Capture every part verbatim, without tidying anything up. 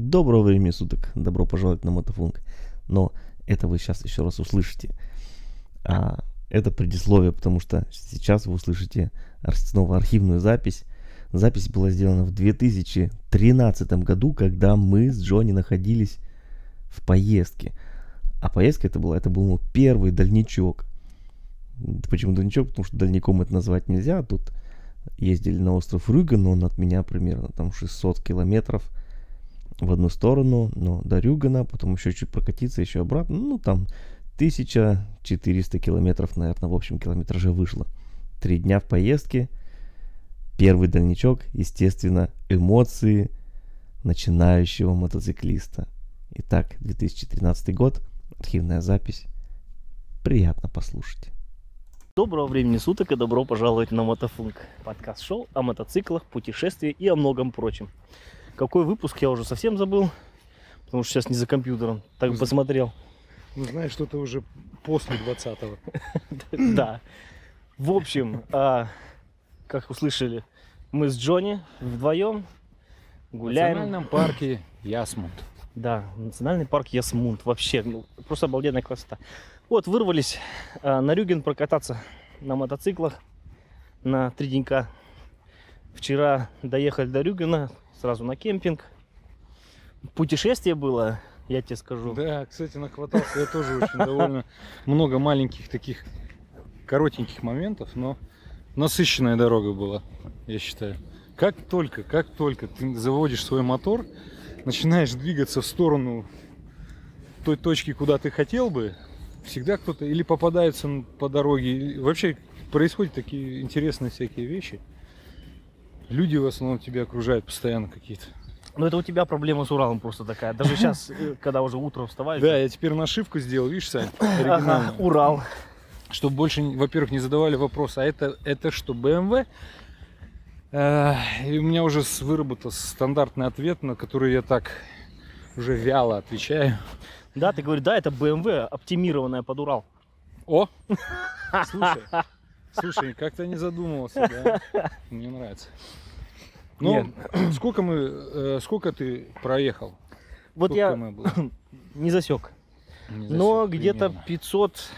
Доброго времени суток, добро пожаловать на Мотофунк. Но это вы сейчас еще раз услышите. А это предисловие, потому что сейчас вы услышите снова архивную запись. Запись была сделана в две тысячи тринадцатом году, когда мы с Джонни находились в поездке. А поездка это была, это был ну, первый дальничок. Почему дальничок? Потому что дальником это назвать нельзя. Тут ездили на остров Рюген, он от меня примерно там шестьсот километров в одну сторону, но до Рюгена, потом еще чуть прокатиться, еще обратно, ну там тысяча четыреста километров, наверное, в общем километраже вышло. Три дня в поездке, первый дальничок, естественно, эмоции начинающего мотоциклиста. Итак, две тысячи тринадцатый год, архивная запись, приятно послушать. Доброго времени суток и добро пожаловать на Мотофунк. Подкаст-шоу о мотоциклах, путешествиях и о многом прочем. Какой выпуск, я уже совсем забыл, потому что сейчас не за компьютером. Так ну, посмотрел. Ну, знаешь, что-то уже после двадцатого. Да. В общем, как услышали, мы с Джонни вдвоем гуляем. В национальном парке Ясмунт. Да, национальный парк Ясмунт. Вообще, ну, просто обалденная красота. Вот, вырвались на Рюген прокататься на мотоциклах на три денька. Вчера доехали до Рюгена, сразу на кемпинг. Путешествие было, я тебе скажу. Да, кстати, нахватался я тоже очень довольно много маленьких таких коротеньких моментов, но насыщенная дорога была, я считаю. Как только, как только ты заводишь свой мотор, начинаешь двигаться в сторону той точки, куда ты хотел бы, всегда кто-то или попадается по дороге, или вообще происходят такие интересные всякие вещи. Люди в основном тебя окружают постоянно какие-то. Ну это у тебя проблема с Уралом просто такая. Даже сейчас, когда уже утром вставаешь. Да, я теперь нашивку сделал, видишь, Сань, оригинальную. Урал. Чтобы больше, во-первых, не задавали вопрос, а это, это что, бэ эм вэ? И у меня уже выработался стандартный ответ, на который я так уже вяло отвечаю. Да, ты говоришь, да, это бэ эм вэ, оптимированная под Урал. О! Слушай, слушай, как-то не задумывался, да? Мне нравится. Ну, сколько мы, э, сколько ты проехал? Вот сколько я не засек. Не засек, но где-то пятьсот,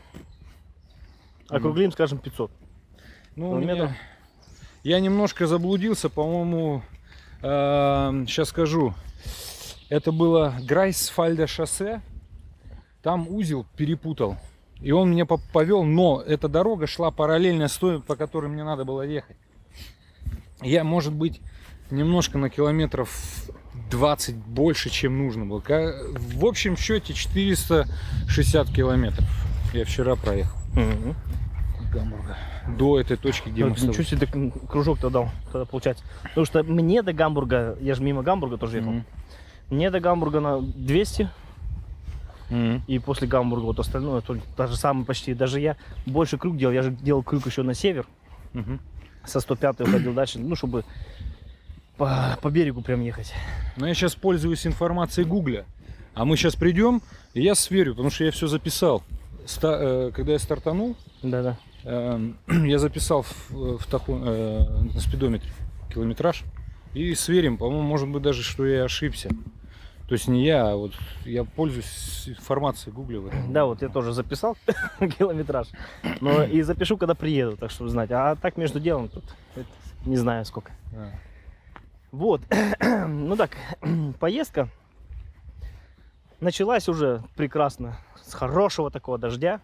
округлим, скажем, пятьсот. Ну, меня... я немножко заблудился, по-моему, э, сейчас скажу. Это было Грайсфальда шоссе. Там узел перепутал. И он меня повел, но эта дорога шла параллельно с той, по которой мне надо было ехать. Я, может быть, немножко на километров двадцать больше, чем нужно было. В общем счете четыреста шестьдесят километров я вчера проехал. Угу. Гамбурга. До этой точки, где ну, мы с тобой. Ничего себе ты кружок-то дал, тогда получается. Потому что мне до Гамбурга, я же мимо Гамбурга тоже ехал. Mm-hmm. Мне до Гамбурга на двести. Mm-hmm. И после Гамбурга вот остальное, то, то же самое почти. Даже я больше круг делал. Я же делал круг еще на север. Mm-hmm. Со сто пятой ходил дальше, ну, чтобы по, по берегу прям ехать. Но я сейчас пользуюсь информацией Гугля. А мы сейчас придем, и я сверю, потому что я все записал. Ста, э, когда я стартанул, да-да. э, я записал в, в таку, э, на спидометре километраж. И сверим, по-моему, может быть даже, что я ошибся. То есть не я, а вот я пользуюсь информацией Гугля. Да, вот я тоже записал километраж. Но и запишу, когда приеду, так чтобы знать. А так между делом тут это, не знаю сколько. А. Вот. Ну так, поездка началась уже прекрасно. С хорошего такого дождя.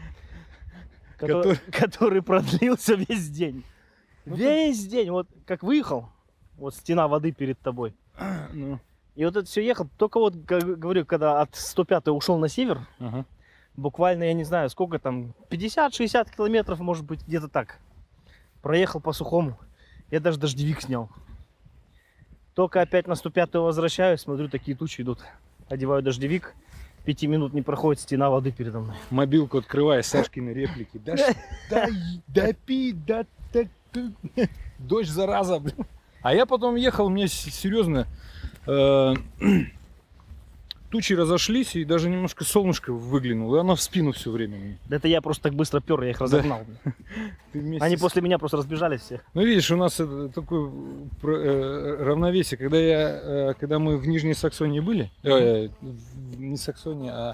Который, который продлился весь день. Ну, весь ты... день. Вот как выехал, вот стена воды перед тобой. Ну. И вот это все ехал, только вот, говорю, когда от сто пятой ушел на север, ага. Буквально, я не знаю, сколько там, пятьдесят-шестьдесят километров, может быть, где-то так. Проехал по сухому, я даже дождевик снял. Только опять на сто пятую возвращаюсь, смотрю, такие тучи идут. Одеваю дождевик, пяти минут не проходит, стена воды передо мной. Мобилку открываю, Сашкины реплики. Да, да, да, пи, да, да, дождь, зараза, блин. А я потом ехал, мне серьезно... тучи разошлись, и даже немножко солнышко выглянуло, и оно в спину все время. Да это я просто так быстро пер, я их разогнал. Они с... после меня просто разбежались все. Ну видишь, у нас это такое э, равновесие. Когда, я, э, когда мы в Нижней Саксонии были, э, не Саксонии, а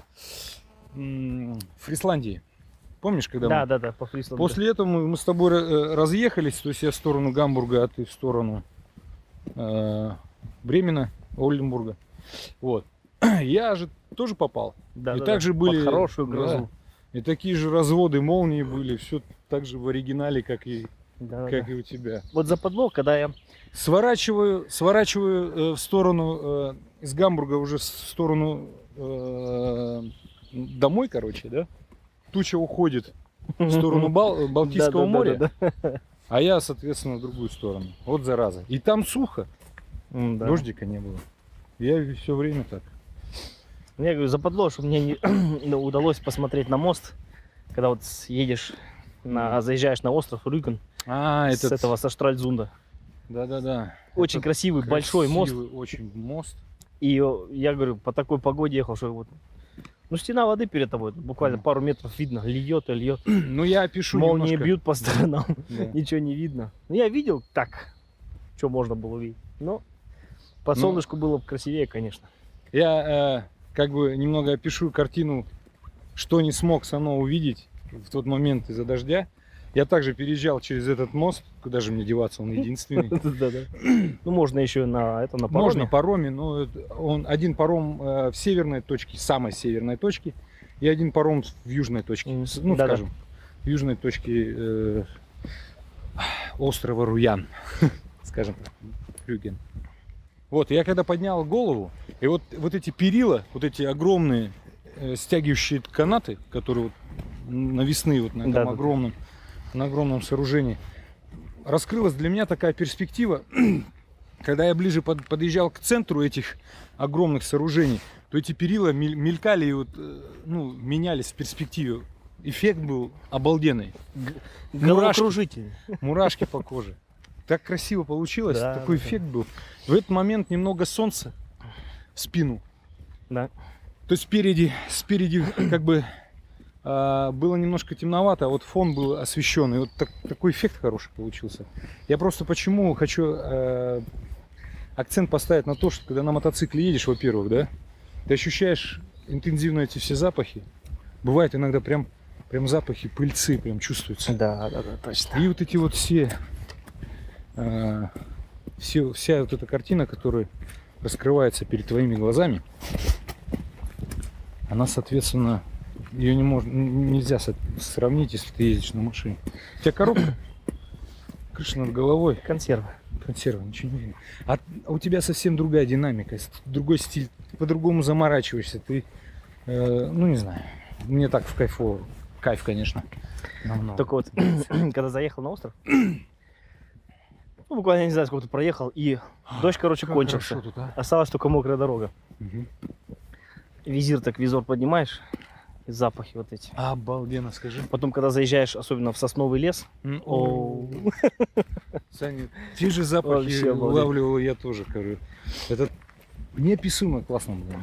э, Фрисландии. Помнишь, когда да, мы... Да, да, по Фрисланду. После этого мы, мы с тобой разъехались, то есть я в сторону Гамбурга, а ты в сторону э, Бремена, Ольденбурга. Вот. Я же тоже попал. Да, и да, также да. были... Под хорошую грозу. Да, и такие же разводы молнии были, все так же в оригинале, как и, Да, как да. и у тебя. Вот западло, когда я... Сворачиваю, сворачиваю э, в сторону, э, из Гамбурга уже в сторону э, домой, короче, да? Туча уходит в сторону Бал- Балтийского Да, да, моря, да, да, да. а я, соответственно, в другую сторону. Вот зараза. И там сухо, М, да. дождика не было. Я все время так. Я говорю, западло, что мне не удалось посмотреть на мост, когда вот едешь, на, заезжаешь на остров Рюген А, с этот... этого, со Штральзунда. Да-да-да. Очень Это красивый, большой мост. красивый очень мост. И я говорю, по такой погоде ехал, что вот... Ну, стена воды перед тобой, буквально Мгм. пару метров видно, льет и льет. Ну, я пишу Молнии немножко. бьют по сторонам, Да. ничего не видно. Ну, я видел так, что можно было увидеть. Но по Ну, солнышку было бы красивее, конечно. Я э, как бы немного опишу картину, что не смог Сано увидеть в тот момент из-за дождя. Я также переезжал через этот мост, куда же мне деваться, он единственный. Да-да. Ну, можно еще на это, на Можно пароме. пароме, но это- он один паром э, в северной точке, самой северной точке, и один паром в южной точке. Мгм. С- Ну, Да-да. скажем, в южной точке э, острова Руян, скажем так, Рюген. Вот, я когда поднял голову, и вот, вот эти перила, вот эти огромные э, стягивающие канаты, которые вот навесные вот на этом Да-да-да. огромном, на огромном сооружении, раскрылась для меня такая перспектива, когда я ближе под- подъезжал к центру этих огромных сооружений, то эти перила мель- мелькали и вот, э, ну, менялись в перспективе. Эффект был обалденный. Головокружитель. Мурашки по коже. Так красиво получилось, Да, такой да, да. эффект был. В этот момент немного солнца в спину. Да. То есть спереди, спереди как бы а, было немножко темновато, а вот фон был освещенный. Вот так- такой эффект хороший получился. Я просто почему хочу э, акцент поставить на то, что когда на мотоцикле едешь, во-первых, да, ты ощущаешь интенсивно эти все запахи. Бывает иногда прям, прям запахи пыльцы прям чувствуются. Да, да, да, точно. И вот эти вот все, э, все, вся вот эта картина, которая раскрывается перед твоими глазами, она, соответственно, ее не можно, н- нельзя со- сравнить, если ты ездишь на машине. У тебя коробка, крыша над головой, Консервы. консерва, ничего не видно. А у тебя совсем другая динамика, с- другой стиль, ты по-другому заморачиваешься, ты, э, ну не знаю, мне так в кайфово, кайф, конечно, намного. Только вот, когда заехал на остров, ну, буквально, я не знаю, сколько ты проехал, и дождь, короче, Как кончился. хорошо тут, а? Осталась только мокрая дорога. Мгм. Визир так, визор поднимаешь, и запахи вот эти. Обалденно, скажи. Потом, когда заезжаешь, особенно в сосновый лес, М, о, Саня, те же запахи Вообще обалдеть. улавливал я тоже, говорю. Это неописуемо классно было.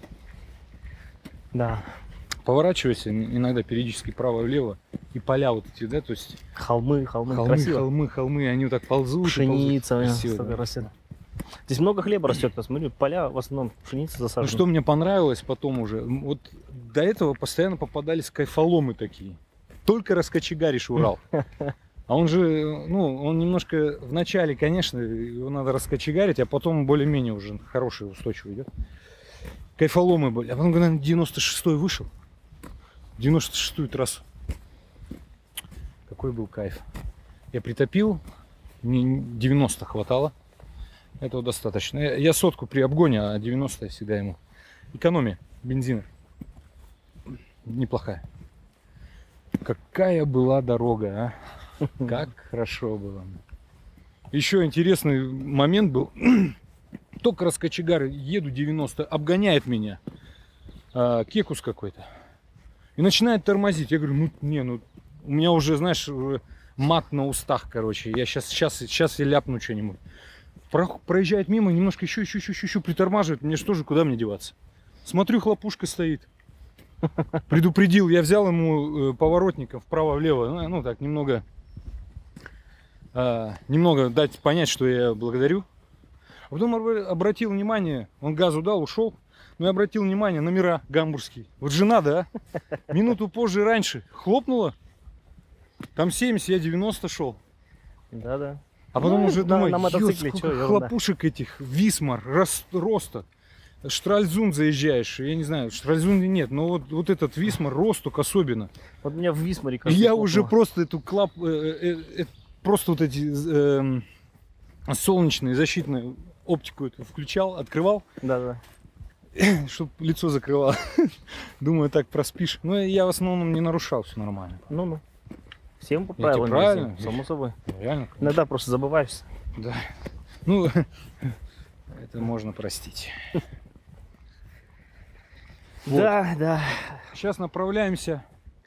да, Поворачивайся иногда периодически вправо-влево, и поля вот эти, да, то есть холмы, холмы, холмы, красиво. холмы, холмы, они вот так ползут. и Пшеница, ползут. э, Красиво, столько да. растет. Здесь много хлеба растет, посмотри, поля в основном пшеница Ну, засажена. что мне понравилось потом уже, м, вот до этого постоянно попадались кайфоломы такие. Только раскочегаришь Урал. А он же, ну, он немножко в начале, конечно, его надо раскочегарить, а потом более-менее уже хороший, устойчивый идет. Кайфоломы были. А потом, когда на девяносто шестой вышел, девяносто шестую трассу. Какой был кайф. Я притопил, мне девяносто хватало. Этого достаточно. Я, я сотку при обгоне, а девяносто я всегда ему. Экономия бензина. Неплохая. Какая была дорога, а? Как хорошо было. Еще интересный момент был. Только раскочегар, еду девяносто, обгоняет меня а, кекус какой-то. И начинает тормозить. Я говорю, ну не, ну у меня уже, знаешь, уже мат на устах, короче. Я сейчас, сейчас, сейчас я ляпну что-нибудь. Про- проезжает мимо, немножко еще, еще, еще, еще, еще притормаживает. Мне что же, куда мне деваться? Смотрю, хлопушка стоит. Предупредил, я взял ему поворотником вправо-влево, ну, ну так, немного, а, немного дать понять, что я благодарю. А потом обратил внимание, он газу дал, ушел, но я обратил внимание, номера гамбургские. Вот жена, да, минуту позже, раньше, хлопнула, там семьдесят, я девяносто шел. Да-да. А потом ну, уже на, думаю, на мотоцикле, сколько чё, хлопушек этих, Висмар, Рос, Роста. Штральзунд заезжаешь, я не знаю, Штральзунде нет, но вот, вот этот Висмар, Росток особенно. Вот у меня в Висмаре как я уже просто эту клап, э, э, э, просто вот эти э, солнечные защитные оптику эту включал, открывал. Да-да. Чтобы лицо закрывало. Думаю, так проспишь. Но я в основном не нарушал, все нормально. Ну-ну. Всем по Я правилам. правильно? Всем, само собой. Реально? Конечно. Иногда просто забываешься. Да. Ну, это можно простить. Вот. Да, да. Сейчас направляемся.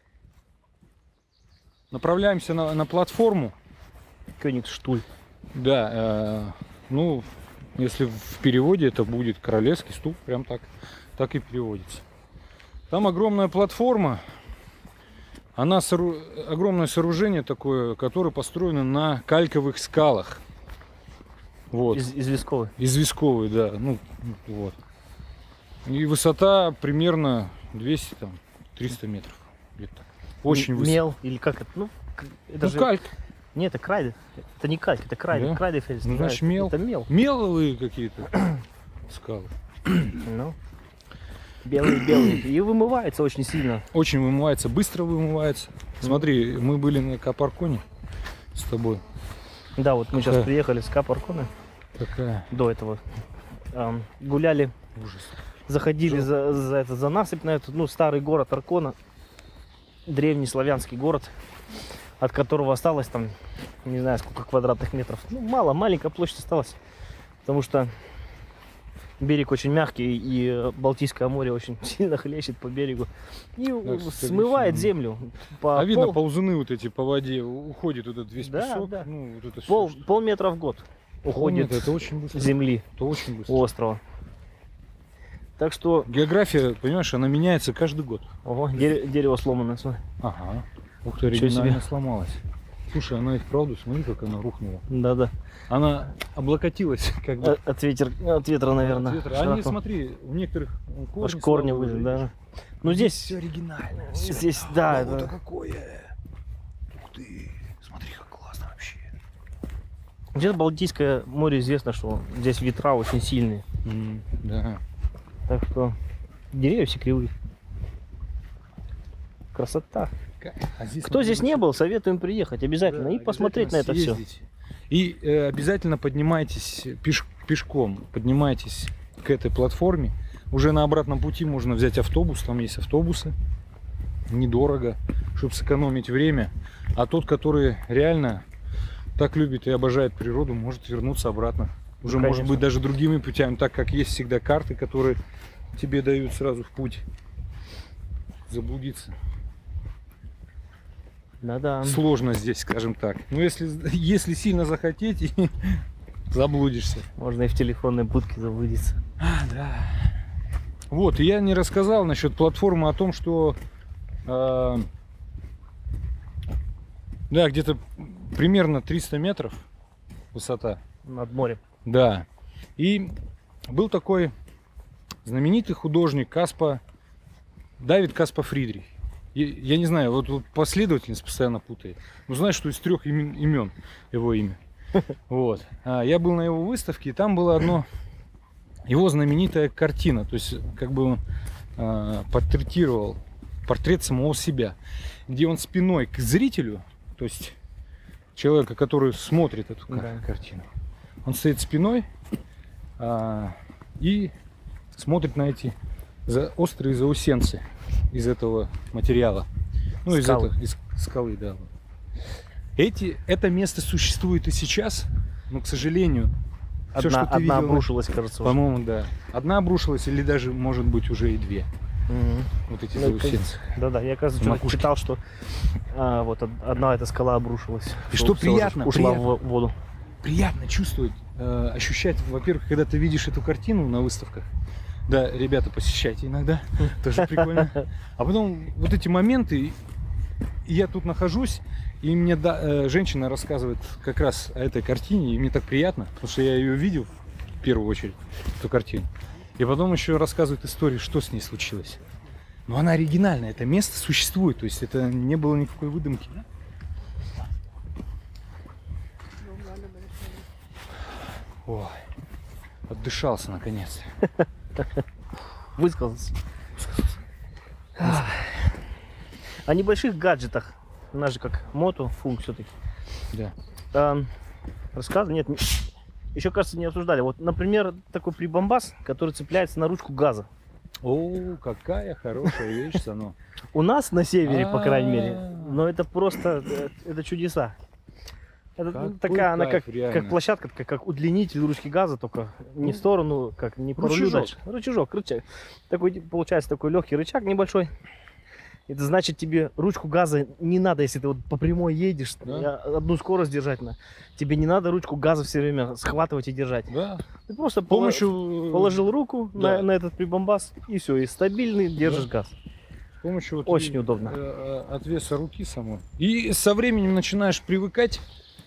Направляемся на, на платформу. Кёнигсштуль. Да. Э, ну, если в переводе это будет королевский стул, прям так, так и переводится. Там огромная платформа. Она сору... огромное сооружение такое, которое построено на кальковых скалах. Вот. Из, известковый. Известковый, да. Ну, вот. И высота примерно двести-триста метров. Где-то. Очень высоко. Мел или как это? Ну, это ну же... кальк. Нет, это крайд. Это не кальк, это крайд. Да? Крайдефельс. Ну, значит, мел. Это мел. Меловые какие-то скалы. Ну, белые-белые. И вымывается очень сильно. Очень вымывается, быстро вымывается. Смотри, мы были на Капарконе с тобой. Да, вот мы Какая? сейчас приехали с Капаркона. Какая? До этого. Эм, гуляли. Ужас. Заходили за, за, это, за насыпь на этот, ну, старый город Аркона. Древний славянский город, от которого осталось там, не знаю, сколько квадратных метров. Ну, мало, маленькая площадь осталась. Потому что берег очень мягкий, и Балтийское море очень сильно хлещет по берегу. И Да, кстати, смывает сильно. землю. По А видно, пол, ползуны вот эти по воде, уходит вот этот весь Да, песок. да. Ну, вот это пол, всё, что- полметра в год уходит Полметра, это очень быстро. земли Это очень быстро. острова. Так что, География, понимаешь, она меняется каждый год. ого, дерево, дерево сломано. Смотри. Ага. Ух ты, Ничего оригинально себе. сломалась. Слушай, она и вправду, смотри, как она рухнула. Да-да. Она облокотилась, как бы. От, от, ветер, от ветра, наверное. От ветра. Они, широко. смотри, у некоторых корни, Аж корни слабые выжили, уже, да. видишь. Ну здесь, все оригинально. всё. здесь, да, Вот это... какое. Ух ты, смотри, как классно вообще. Где-то Балтийское море известно, что здесь ветра очень сильные. М, да. Так что деревья все кривые. Красота. А здесь, Кто смотри, здесь не был, советуем приехать обязательно да, и посмотреть на это все. съездить. И э, обязательно поднимайтесь пеш- пешком, поднимайтесь к этой платформе. Уже на обратном пути можно взять автобус, там есть автобусы. Недорого, чтобы сэкономить время. А тот, который реально так любит и обожает природу, может вернуться обратно. Уже, Ну, может конечно. быть, даже другими путями, так как есть всегда карты, которые тебе дают сразу в путь. Заблудиться Да-да. сложно здесь, скажем так. Но если, если сильно захотеть, заблудишься. Можно и в телефонной будке заблудиться. А, да. Вот, и я не рассказал насчет платформы о том, что э, да, где-то примерно триста метров высота. Над морем. Да. И был такой знаменитый художник Каспа, Давид Каспа Фридрих. Я, я не знаю, вот, вот последовательность постоянно путает. Но знаешь, что из трех имен, имен его имя. Вот. А, я был на его выставке, и там было одно его знаменитая картина. То есть, как бы он а, портретировал портрет самого себя, где он спиной к зрителю, то есть человека, который смотрит эту Да. картину. Он стоит спиной а, и смотрит на эти за, острые заусенцы из этого материала. Ну, из, Скалы. этого, из скалы, да. Эти, это место существует и сейчас, но, к сожалению, всё, Одна, что ты одна видел, обрушилась, кажется. уже. по-моему, да. Одна обрушилась, или даже, может быть, уже и две. Мгм. Вот эти Ну, заусенцы. Да-да, я, кажется, что-то Макушки. читал, что а, вот од- одна эта скала обрушилась. И что всё уже приятно, Ушла приятно. в воду. Приятно чувствовать, э, ощущать, во-первых, когда ты видишь эту картину на выставках, Да, ребята, посещайте иногда, тоже прикольно. А потом вот эти моменты, и я тут нахожусь, и мне да, женщина рассказывает как раз о этой картине, и мне так приятно, потому что я ее видел в первую очередь, эту картину. И потом еще рассказывает историю, что с ней случилось. Но она оригинальная, это место существует, то есть это не было никакой выдумки. Ой, отдышался наконец. Высказался. О небольших гаджетах. У нас же как мото, функ все-таки. Да. А, рассказывай, нет, еще, кажется, не обсуждали. Вот, например, такой прибамбас, который цепляется на ручку газа. О, какая хорошая вещь, Сано. У нас на севере, по крайней мере, но это просто, это чудеса. Это Какой такая, она как, кайф, реально. как площадка, как, как удлинитель ручки газа, только не в сторону, как не по рулю Рычажок. дальше. Рычажок, рычаг. Такой, получается, такой легкий рычаг небольшой. Это значит, тебе ручку газа не надо, если ты вот по прямой едешь, Да. одну скорость держать на. Тебе не надо ручку газа все время схватывать и держать. Да. Ты просто С помощью, положил руку Да. на, на этот прибамбас, и все, и стабильный держишь Да. газ. с помощью вот Очень и, удобно. э, от веса руки самой. И со временем начинаешь привыкать.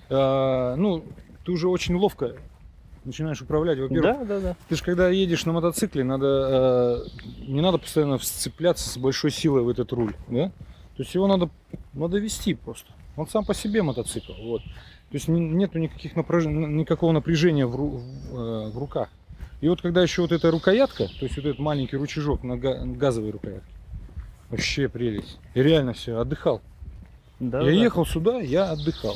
э, ну, ты уже очень ловко начинаешь управлять. Во-первых, Да, да, да. ты же когда едешь на мотоцикле, надо э, не надо постоянно сцепляться с большой силой в этот руль, да? То есть его надо, надо вести просто. Он сам по себе мотоцикл, вот. То есть не- нету никаких напряж... никакого напряжения в, ру- в, э, в руках. И вот когда еще вот эта рукоятка, то есть вот этот маленький рычажок на га- газовой рукоятке, вообще прелесть. И реально все, отдыхал. Да, я да. ехал сюда, я отдыхал.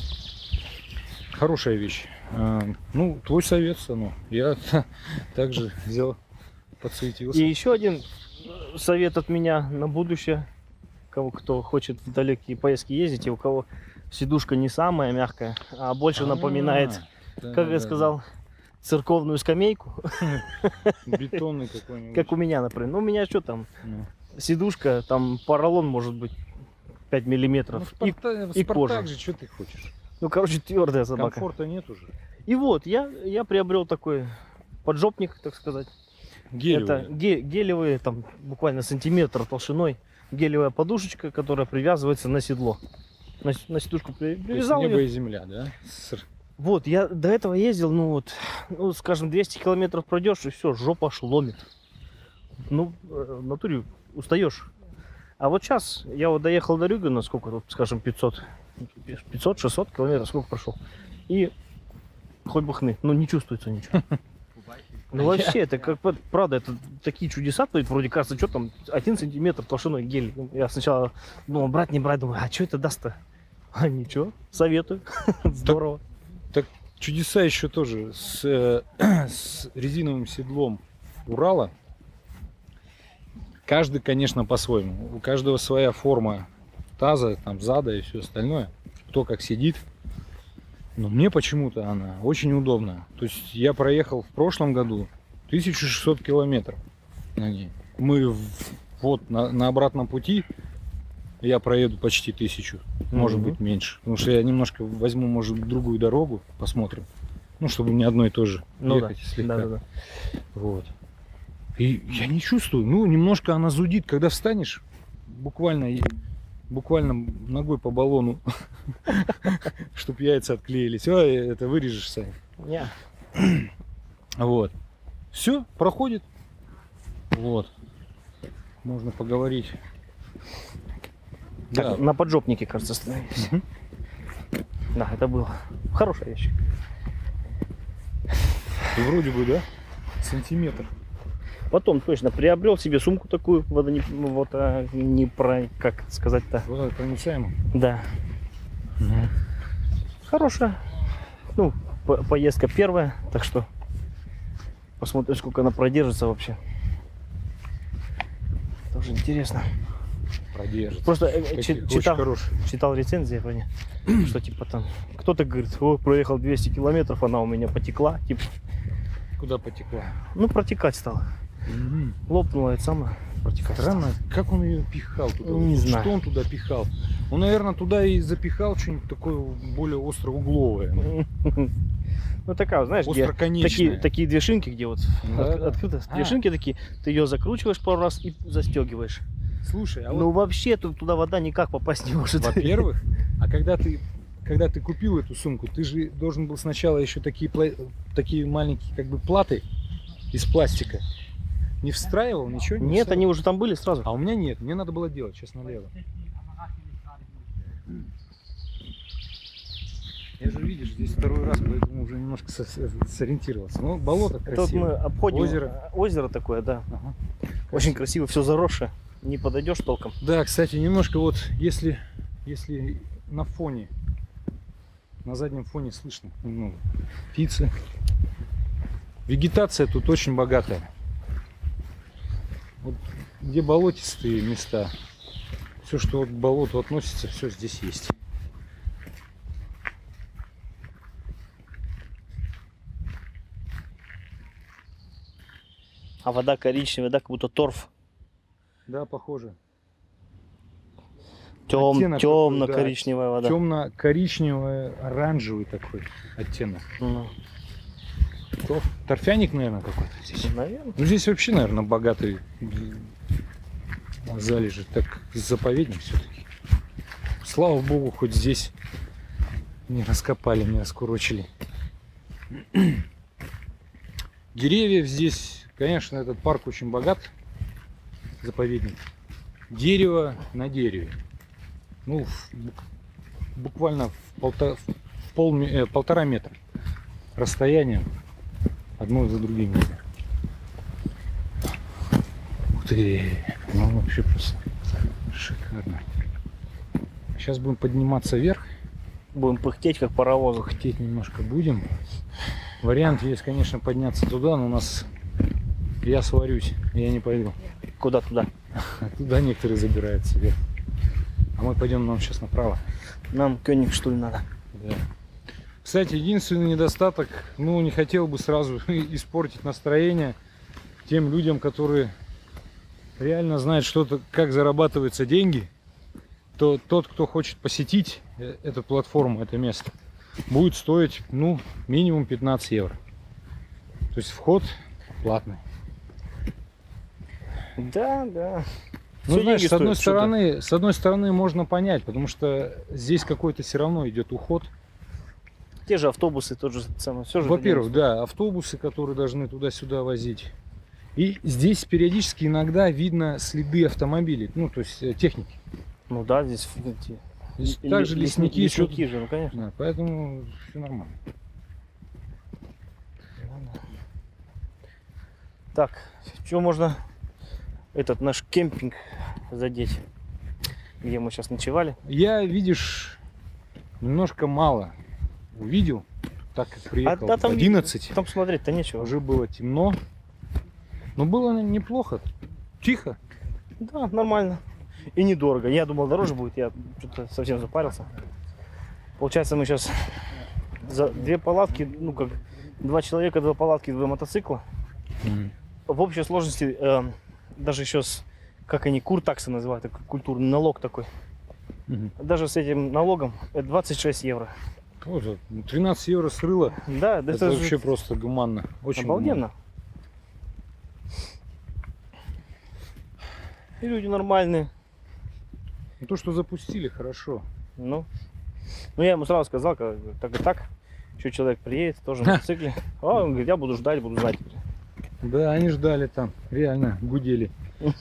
Хорошая вещь. А, ну, твой совет, Сано. Я также взял, подсуетился. И еще один совет от меня на будущее. Кого кто хочет в далекие поездки ездить, и у кого сидушка не самая мягкая, а больше напоминает, А, да, как да, я да, сказал, церковную скамейку, да. Бетонный какой-нибудь. как у меня, например. Ну, у меня что там, Ну. сидушка, там поролон может быть пять Ну, миллиметров. в И, Спарта- в и Спартак кожа. же, что ты хочешь? ну, короче, твердая собака. Комфорта нет уже. И вот, я, я приобрел такой поджопник, так сказать. Гелевый. Это ге- гелевые, там буквально сантиметр толщиной, гелевая подушечка, которая привязывается на седло. На, с- на сидушку при- То есть привязал небо её. и земля, да? С- Вот, я до этого ездил, ну вот, ну, скажем, двести километров пройдешь, и все, жопа аж ломит. Ну, э, в натуре устаешь. А вот сейчас я вот доехал до Рюгена, сколько тут, скажем, пятьсот, пятьсот-шестьсот километров, сколько прошел. И хоть бы хны, ну не чувствуется ничего. Ну вообще, это как, бы, правда, это такие чудеса, то есть вроде кажется, что там, один сантиметр толщиной гель. Ну, я сначала думал, брать, не брать, думаю, а что это даст-то? А ничего, советую, здорово. Чудеса еще тоже с, э, с резиновым седлом Урала. Каждый, конечно, по-своему. У каждого своя форма таза, там, зада и все остальное. Кто как сидит. Но мне почему-то она очень удобна. То есть я проехал в прошлом году тысячу шестьсот километров на ней. Мы в- вот на, на обратном пути я проеду почти тысячу, может Мгм. быть меньше. Потому что я немножко возьму, может, другую дорогу, посмотрим. Ну, чтобы не одно и то же Ну да, ехать слегка. да, да, да. Вот. И я не чувствую. Ну, немножко она зудит, когда встанешь, буквально, и- буквально ногой по баллону, чтобы яйца отклеились. Ой, это вырежешь, Сань. Не. Вот. Все, проходит. Вот. Можно поговорить. Так, Да. на поджопнике, кажется, остановились. Мгм. Да, это было. Хорошая вещь. Вроде бы, да? Сантиметр. Потом точно приобрел себе сумку такую, водоне... вот, а, не про, как сказать-то, Вот проницаемо. да, хорошая. Ну, по- поездка первая, так что посмотрим, сколько она продержится вообще. Тоже интересно. Продержится. Просто э, Каких- чи- очень читал, хороший. читал рецензии про нее, что типа там кто-то говорит, о, проехал двести километров, она у меня потекла, типа, Куда потекла? ну протекать стала, лопнула это самое, протекать стала. Странно, как он ее пихал туда? Не Вот знаю. Что он туда пихал? Он, наверное, туда и запихал что-нибудь такое более остроугловое. Ну такая, знаешь, где остроконечная. такие, такие две шинки, где вот Да, от, да. открыто. А. Две шинки такие, ты ее закручиваешь пару раз и застегиваешь. Слушай, а Ну вот, вообще тут туда вода никак попасть не может. во-первых, а когда ты, когда ты купил эту сумку, ты же должен был сначала еще такие, пла- такие маленькие как бы платы из пластика. Не встраивал ничего? Не Нет, вставил? они уже там были сразу. А у меня нет, мне надо было делать, сейчас налево. Я же, видишь, здесь второй раз, поэтому уже немножко со- сориентировался. Ну, болото Это вот красивое. мы обходим Озеро. озеро такое, да. Ага. Очень красиво, все заросшее. Не подойдешь толком. Да, кстати, немножко вот, если, если на фоне, на заднем фоне слышно немного птицы. Вегетация тут очень богатая. Вот где болотистые места, все, что вот к болоту относится, все здесь есть. А вода коричневая, да, как будто торф. Да, похоже. Тем, Оттенок темно-коричневая вода. Темно-коричневый, оранжевый такой оттенок. Ну, Торф- Торфяник, наверное, какой-то здесь. наверное. Ну, здесь вообще, наверное, богатый залежи. Так, заповедник все-таки. Слава богу, хоть здесь не раскопали, не раскурочили. Деревьев здесь, конечно, этот парк очень богат. Заповедник. Дерево на дереве. Ну, в- бук- буквально в, полта- в пол, ме- э, полтора метра расстояние одно за другим. Ух ты, ну вообще просто шикарно. Сейчас будем подниматься вверх, Будем пыхтеть, как паровозы. хотеть немножко будем. Вариант есть, конечно, подняться туда, но у нас я сварюсь, я не пойду. Куда туда? А туда некоторые забираются вверх. А мы пойдем нам сейчас направо. Нам кёниг, что ли, надо? Да. Кстати, единственный недостаток, ну, не хотел бы сразу испортить настроение тем людям, которые реально знают, что-то, как зарабатываются деньги, то тот, кто хочет посетить э- эту платформу, это место, будет стоить, ну, минимум пятнадцать евро. То есть вход платный. Да, да. Ну, Всё знаешь, деньги с одной стоят, что-то. стороны, с одной стороны можно понять, потому что здесь какой-то все равно идет уход. Те же автобусы, тот же самое. Все же. Во-первых, да, автобусы, которые должны туда-сюда возить. И здесь периодически иногда видно следы автомобилей, ну, то есть э, техники. Ну да, здесь эти Здесь ли- также лесники, лесники, лесники что-то- же, ну конечно. Да, поэтому все нормально. Так, что можно этот наш кемпинг задеть, где мы сейчас ночевали? Я, видишь, немножко мало увидел, так как приехал да, в там одиннадцать, Там смотреть-то нечего. уже было темно, но было неплохо, тихо. Да, нормально. И недорого. Я думал, дороже будет, я что-то совсем запарился. Получается, мы сейчас за две палатки, ну как, два человека, два палатки, два мотоцикла. В общей сложности, э, даже еще с, как они, куртаксы называют, такой культурный налог такой. Мгм. Даже с этим налогом это двадцать шесть евро. Вот, вот, тринадцать евро с рыла, Да, да это, это, же вообще просто гуманно, очень обалденно. И люди нормальные. гуманно. Ну, то, что запустили, хорошо. Ну, ну я ему сразу сказал, как, так и так, еще человек приедет, тоже на мотоцикле. А он говорит, я буду ждать, буду знать. Да, они ждали там, реально, гудели.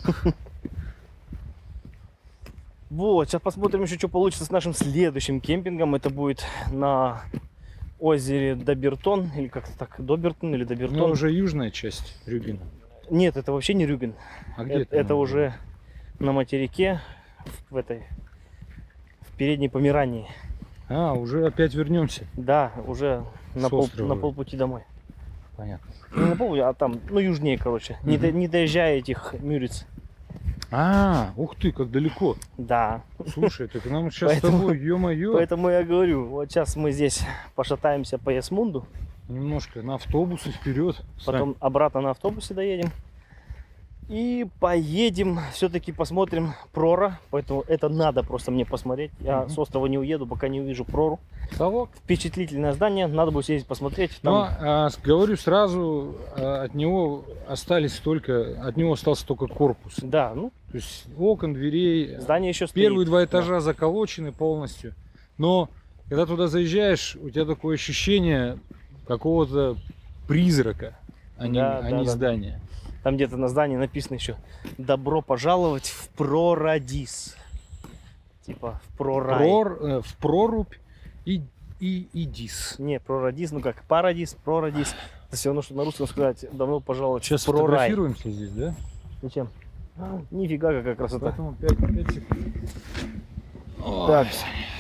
Вот, сейчас посмотрим еще, что получится с нашим следующим кемпингом. Это будет на озере Добертон, или как-то так, Добертон или Добертон. Ну, уже южная часть Рюбина. Нет, это вообще не Рюбин. А где Это, это она? уже на материке, в, в этой, в передней Померании. А, уже опять вернемся. Да, уже на, С пол, острова. на полпути домой. Понятно. Не на полпути, а там, ну южнее, короче. Не, до- Мгм. не доезжая этих Мюриц. А, ух ты, как далеко. Да. Слушай, так нам сейчас Поэтому- с тобой, ё-моё, Поэтому я говорю, вот сейчас мы здесь пошатаемся по Ясмунду, немножко на автобусы вперед. потом обратно на автобусе доедем. И поедем, все-таки посмотрим Прора. Поэтому это надо просто мне посмотреть. Я Мгм. с острова не уеду, пока не увижу Прору. Совок. Впечатлительное здание, надо будет съездить посмотреть. Там... Но а, с- говорю сразу, а, от него остались только, от него остался только корпус. Да, ну, То есть окон, дверей. здание еще стоит. Первые два этажа заколочены полностью. Но когда туда заезжаешь, у тебя такое ощущение какого-то призрака, а не, Да, а да, не да. здания. Там где-то на здании написано еще «Добро пожаловать в Прорадис». Типа в Прорай. Прор- э, в прорубь и, и, и дис. Не, Прорадис, ну как, Парадис, Прорадис. Это все равно, что на русском сказать «Добро пожаловать Сейчас в Прорай». фотографируемся здесь, да? Зачем? А, нифига какая красота. Поэтому пять секунд. Так.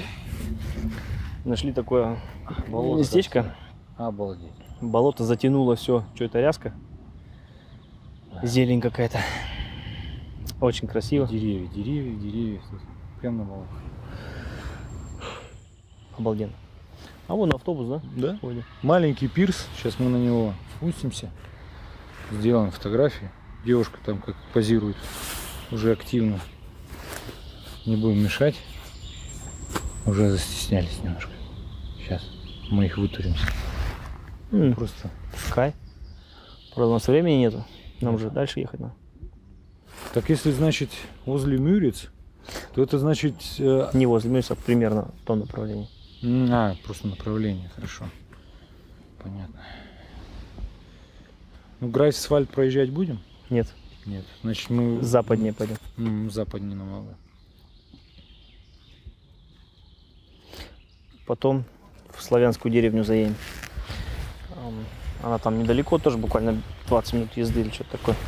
Нашли такое Болото местечко. Обалдеть. Болото затянуло все. Что это, ряска? Зелень какая-то. Очень красиво. Деревья, деревья, деревья. Тут прям на болото. Обалденно. А вон автобус, да? Да? Ходит. Маленький пирс. Сейчас мы на него спустимся. Сделаем фотографии. Девушка там как позирует. Уже активно. Не будем мешать. Уже застеснялись немножко. Сейчас мы их вытуримся. М, Просто. Пускай. Правда, у нас времени нету. Нам уже дальше ехать надо. Так если, значит, возле Мюриц, то это значит... э, Не возле Мюрица, примерно в том направлении. м, А, просто направление. Хорошо. Понятно. Ну, Грайсвальд проезжать будем? Нет, Нет. Значит, мы... западнее пойдем. М, западнее намного. Потом в славянскую деревню заедем. Ам, Она там недалеко, тоже буквально двадцать минут езды или что-то такое.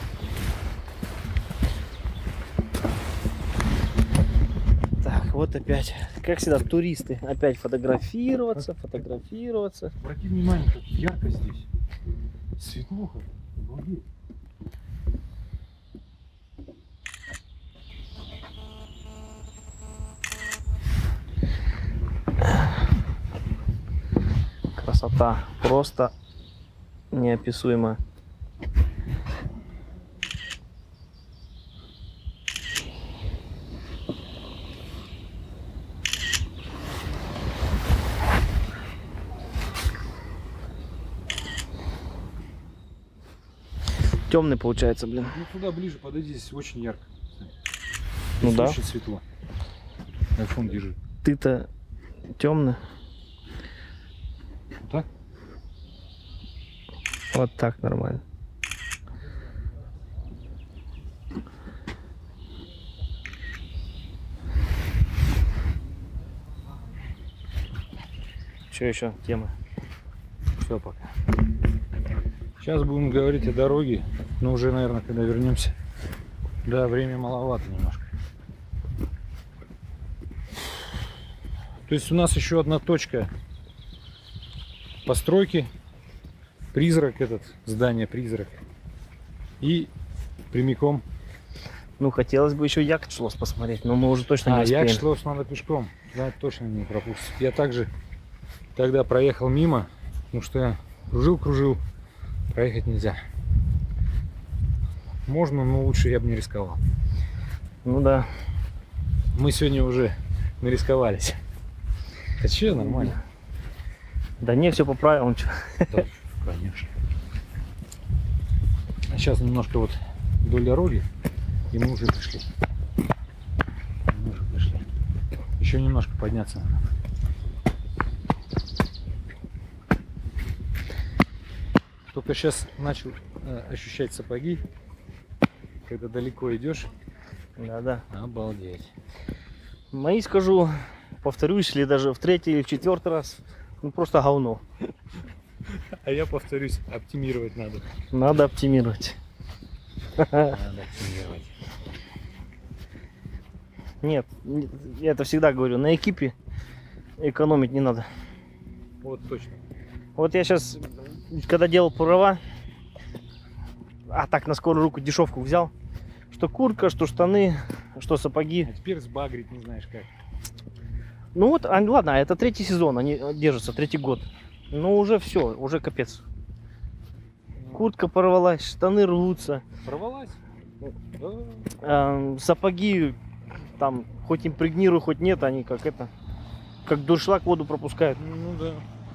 Так, вот опять, как всегда, туристы. Опять фотографироваться, фотографироваться. Обрати внимание, как ярко здесь. Светлуха. Обалдеть. Красота просто неописуемая. Темный получается, блин. Ну туда ближе подойди, здесь очень ярко. Ну Здесь да. очень светло. Айфон держи. Ты-то темный. Вот так? Вот так нормально. Что еще темы? Все пока. Сейчас будем говорить о дороге, но уже, наверное, когда вернемся. Да, время маловато немножко. То есть у нас еще одна точка постройки. Призрак этот, здание призрак. И прямиком. Ну, хотелось бы еще Якобшлос посмотреть, но мы уже точно не А, успеем. Якобшлос надо пешком. Да, точно не пропустить. Я также тогда проехал мимо, потому что я кружил-кружил. Проехать нельзя. Можно, но лучше я бы не рисковал. Ну да. Мы сегодня уже нарисковались. А че, нормально? Да не, все по правилам. чё. Да, конечно. А сейчас немножко вот вдоль дороги, и мы уже пришли. Мы уже пришли. Еще немножко подняться надо. Только сейчас начал э, ощущать сапоги, когда далеко идешь. Да-да. Обалдеть. Мои, скажу, повторюсь, или даже в третий или в четвертый раз, ну просто говно. А я повторюсь, оптимировать надо. Надо оптимировать. Надо оптимировать. Нет, не- я это всегда говорю, на экипе экономить не надо. Вот точно. Вот я сейчас, когда делал права, а так на скорую руку дешевку взял, что куртка, что штаны, что сапоги. А теперь сбагрить не знаешь как. Ну вот, а, ладно, это третий сезон, они держатся, третий год. Ну уже все, уже капец. Куртка порвалась, штаны рвутся. Порвалась? Э, сапоги, там, хоть импрегнируй, хоть нет, они как это, как дуршлаг воду пропускают. Ну да.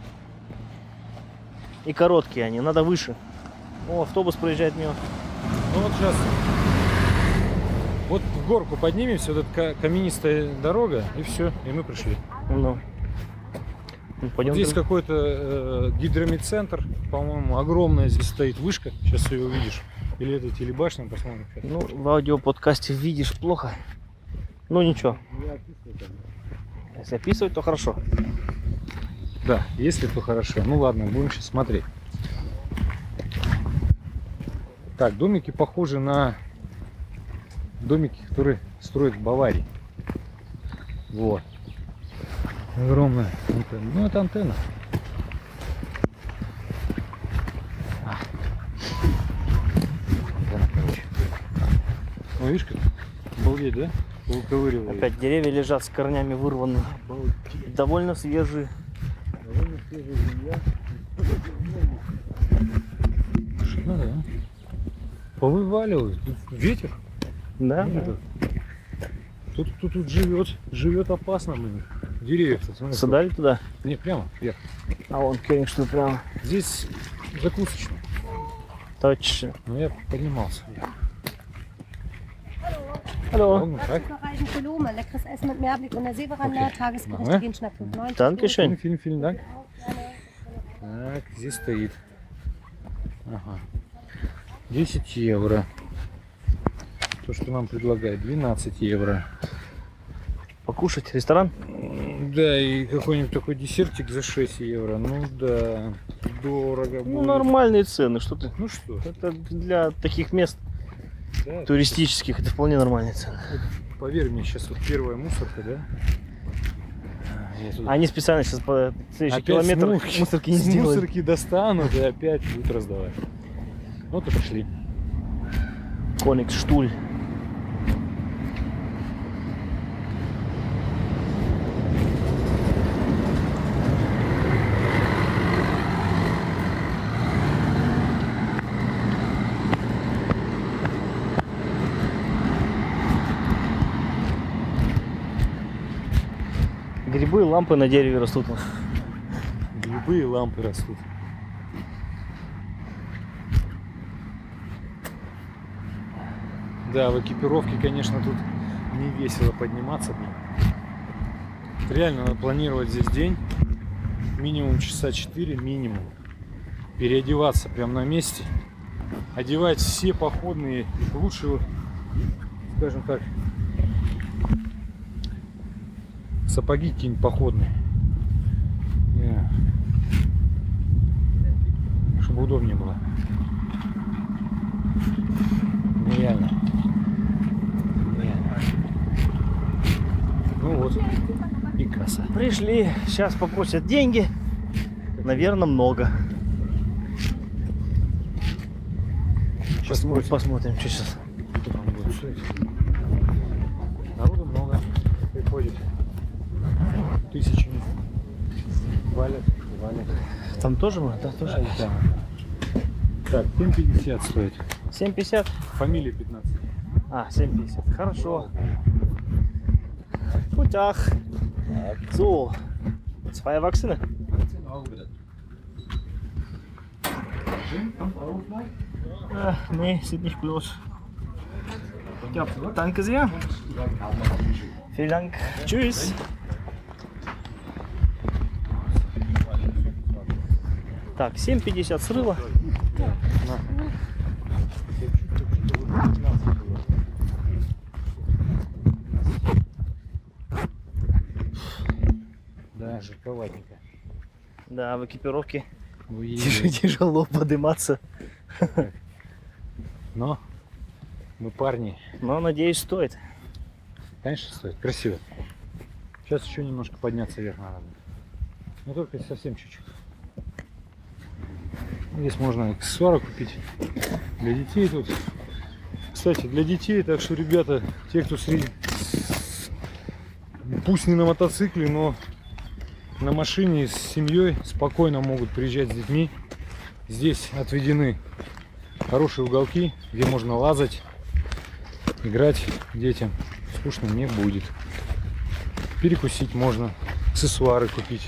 И короткие они, надо выше. О, автобус проезжает мимо. Ну вот сейчас, вот в горку поднимемся, вот эта каменистая дорога, и все, и мы пришли. Ну. Ну, Вот здесь какой-то э, гидромедцентр, по-моему, огромная здесь стоит вышка, сейчас ее увидишь. Или это телебашня, посмотрим. Ну, в аудиоподкасте видишь плохо. Ну ничего. Если описывать, то хорошо. Да, если то хорошо. Ну ладно, будем сейчас смотреть. Так, домики похожи на домики, которые строят в Баварии. Вот. Огромная антенна. Ну, это антенна. Антенна, короче. Ну, видишь, как обалдеть, да? Выковыривает. Опять деревья лежат с корнями вырванные. Обалдеть. Довольно свежие. Довольно свежая земля. Что надо, а? Повываливают. Тут ветер. Да? Ну, Тут, тут, тут живет, живет опасно, блин. Деревьев-то, смотри. Сюда или туда? Не, прямо, вверх. А вон Кёниг, что прямо. Здесь закусочно. Точно. Но я поднимался вверх. Алло. Ровно так. Reisen Kolumbus, leckeres Essen mit Meerblick und der Seeveranda, Okay. Tagesgerichte Ага. gehen schnapp fünf neunzig. Dankeschön. Фильм, фильм, да? Так, здесь стоит. Ага. десять евро. То, что нам предлагают, двенадцать евро. Покушать, ресторан? Да, и какой-нибудь такой десертик за шесть евро. Ну да, дорого Ну, будет. нормальные цены, что ты. Ну что, Это для таких мест да, туристических, это вполне нормальные цены. поверь мне, сейчас вот первая мусорка, да? Я тут Они специально сейчас по следующий опять километр с мусорки- мусорки не с сделают. мусорки достанут и опять будут раздавать. Вот и пошли. Кониксштуль. Грибы и лампы на дереве растут. Любые лампы растут. Да, в экипировке, конечно, тут не весело подниматься, блин. Реально надо планировать здесь день. Минимум часа четыре, минимум. Переодеваться прямо на месте. Одевать все походные, лучше, скажем так, сапоги какие-нибудь походные. Yeah. Чтобы удобнее было. Нереально. Нереально. Ну вот. И касса. Пришли, сейчас попросят деньги. Наверное, много. Сейчас Посмотрим, спросим, посмотрим, что сейчас. что там будет стоить. Народу много приходит. Тысячами. Валят, валят. Там тоже мы? Да, тоже. Да. Так, семь пятьдесят стоит. семь пятьдесят? Фамилия пятнадцать. А, семь пятьдесят. Хорошо. Guten Tag. So, zwei Erwachsene. Äh, nee, sieht nicht gut aus. Ja, danke sehr. Vielen Dank. Tschüss. Так, семь пятьдесят срыва. Да, жарковатенько. Да, в экипировке Ой, тяж- тяжело подниматься. Но мы парни. Но, надеюсь, стоит. Конечно, стоит. Красиво. Сейчас еще немножко подняться вверх надо. Но только совсем чуть-чуть. Здесь можно аксессуары купить. Для детей тут. Кстати, для детей, так что, ребята, те, кто среди... пусть не на мотоцикле, но на машине с семьей спокойно могут приезжать с детьми. Здесь отведены хорошие уголки, где можно лазать, играть детям скучно не будет. Перекусить можно, аксессуары купить.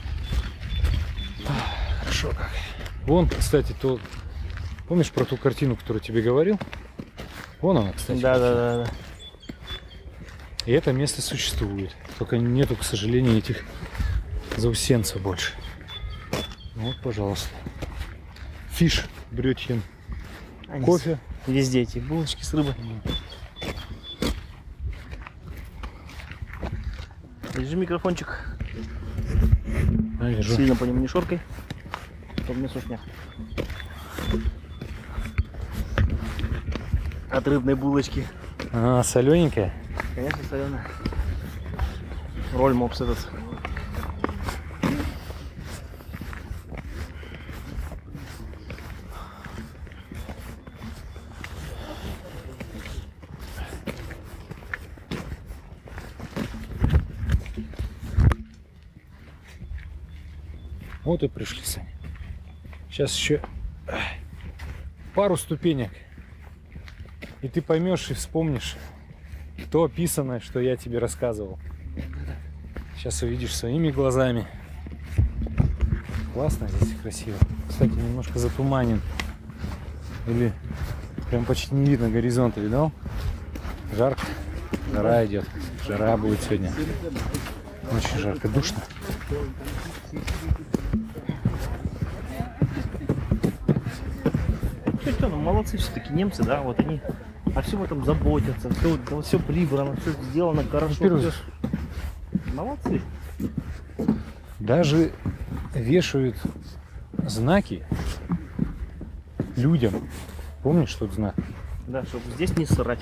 Хорошо как. Вон, кстати, то... Помнишь про ту картину, которую тебе говорил? Вон она, кстати. Да, да, да, да. И это место существует. Только нету, к сожалению, этих заусенцев больше. Вот, пожалуйста. Фиш, брютхен. Они Кофе. Везде эти булочки с рыбой. Держи микрофончик. Да, держу. Сильно по нему не шоркой. Чтобы не сушня. От рыбной булочки. А, солененькая. Конечно, соленая. Роль мопс этот. Вот и пришли, Саня. Сейчас еще пару ступенек. И ты поймешь и вспомнишь то описанное, что я тебе рассказывал. Сейчас увидишь своими глазами. Классно здесь, красиво. Кстати, немножко затуманен. Или прям почти не видно горизонта, видал? Жарко. Жара идет. Жара будет сегодня. Очень жарко, душно. Что, ну, молодцы все-таки немцы, да, вот они о всем этом заботятся, все, да, все прибрано, все сделано хорошо. Во-первых, всё- Молодцы. даже вешают знаки людям. Помнишь тот знак? Да, чтобы здесь не срать.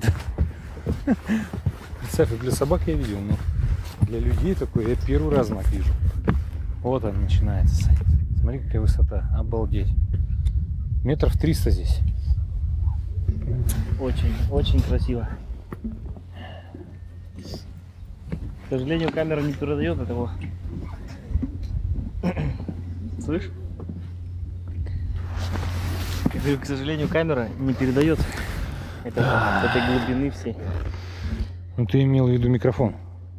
Представь, для собак я видел, но для людей такой я первый раз знак вижу. Вот он начинается, Сань. Смотри, какая высота. Обалдеть. Метров триста здесь. Очень, очень красиво. К сожалению, камера не передает этого. Слышь? Я говорю, к сожалению, камера не передает это, этой глубины всей. Ну ты имел в виду микрофон.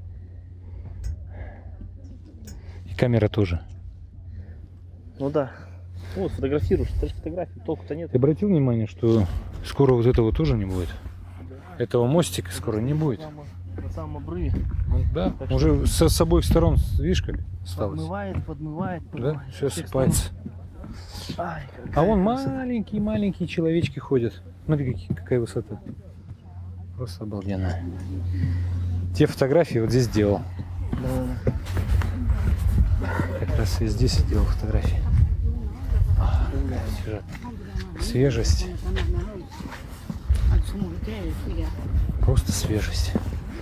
И камера тоже. Ну да. Вот, фотографируешь, ты же фотографии, толку-то нет. Ты обратил внимание, что скоро вот этого тоже не будет? Этого мостика скоро не будет. На самом обрыве. Ну, да, Так уже с, с обоих сторон, видишь, как осталось. Подмывает, подмывает, Да, подмывает. все Со всех осыпается. сторон. Ай, А какая вон красота. маленькие-маленькие человечки ходят. Смотри, какие- какая высота. Просто обалденно. Те фотографии вот здесь делал. Да-да-да. Как раз и здесь сделал фотографии. А, какая свежа- Свежесть. Просто свежесть.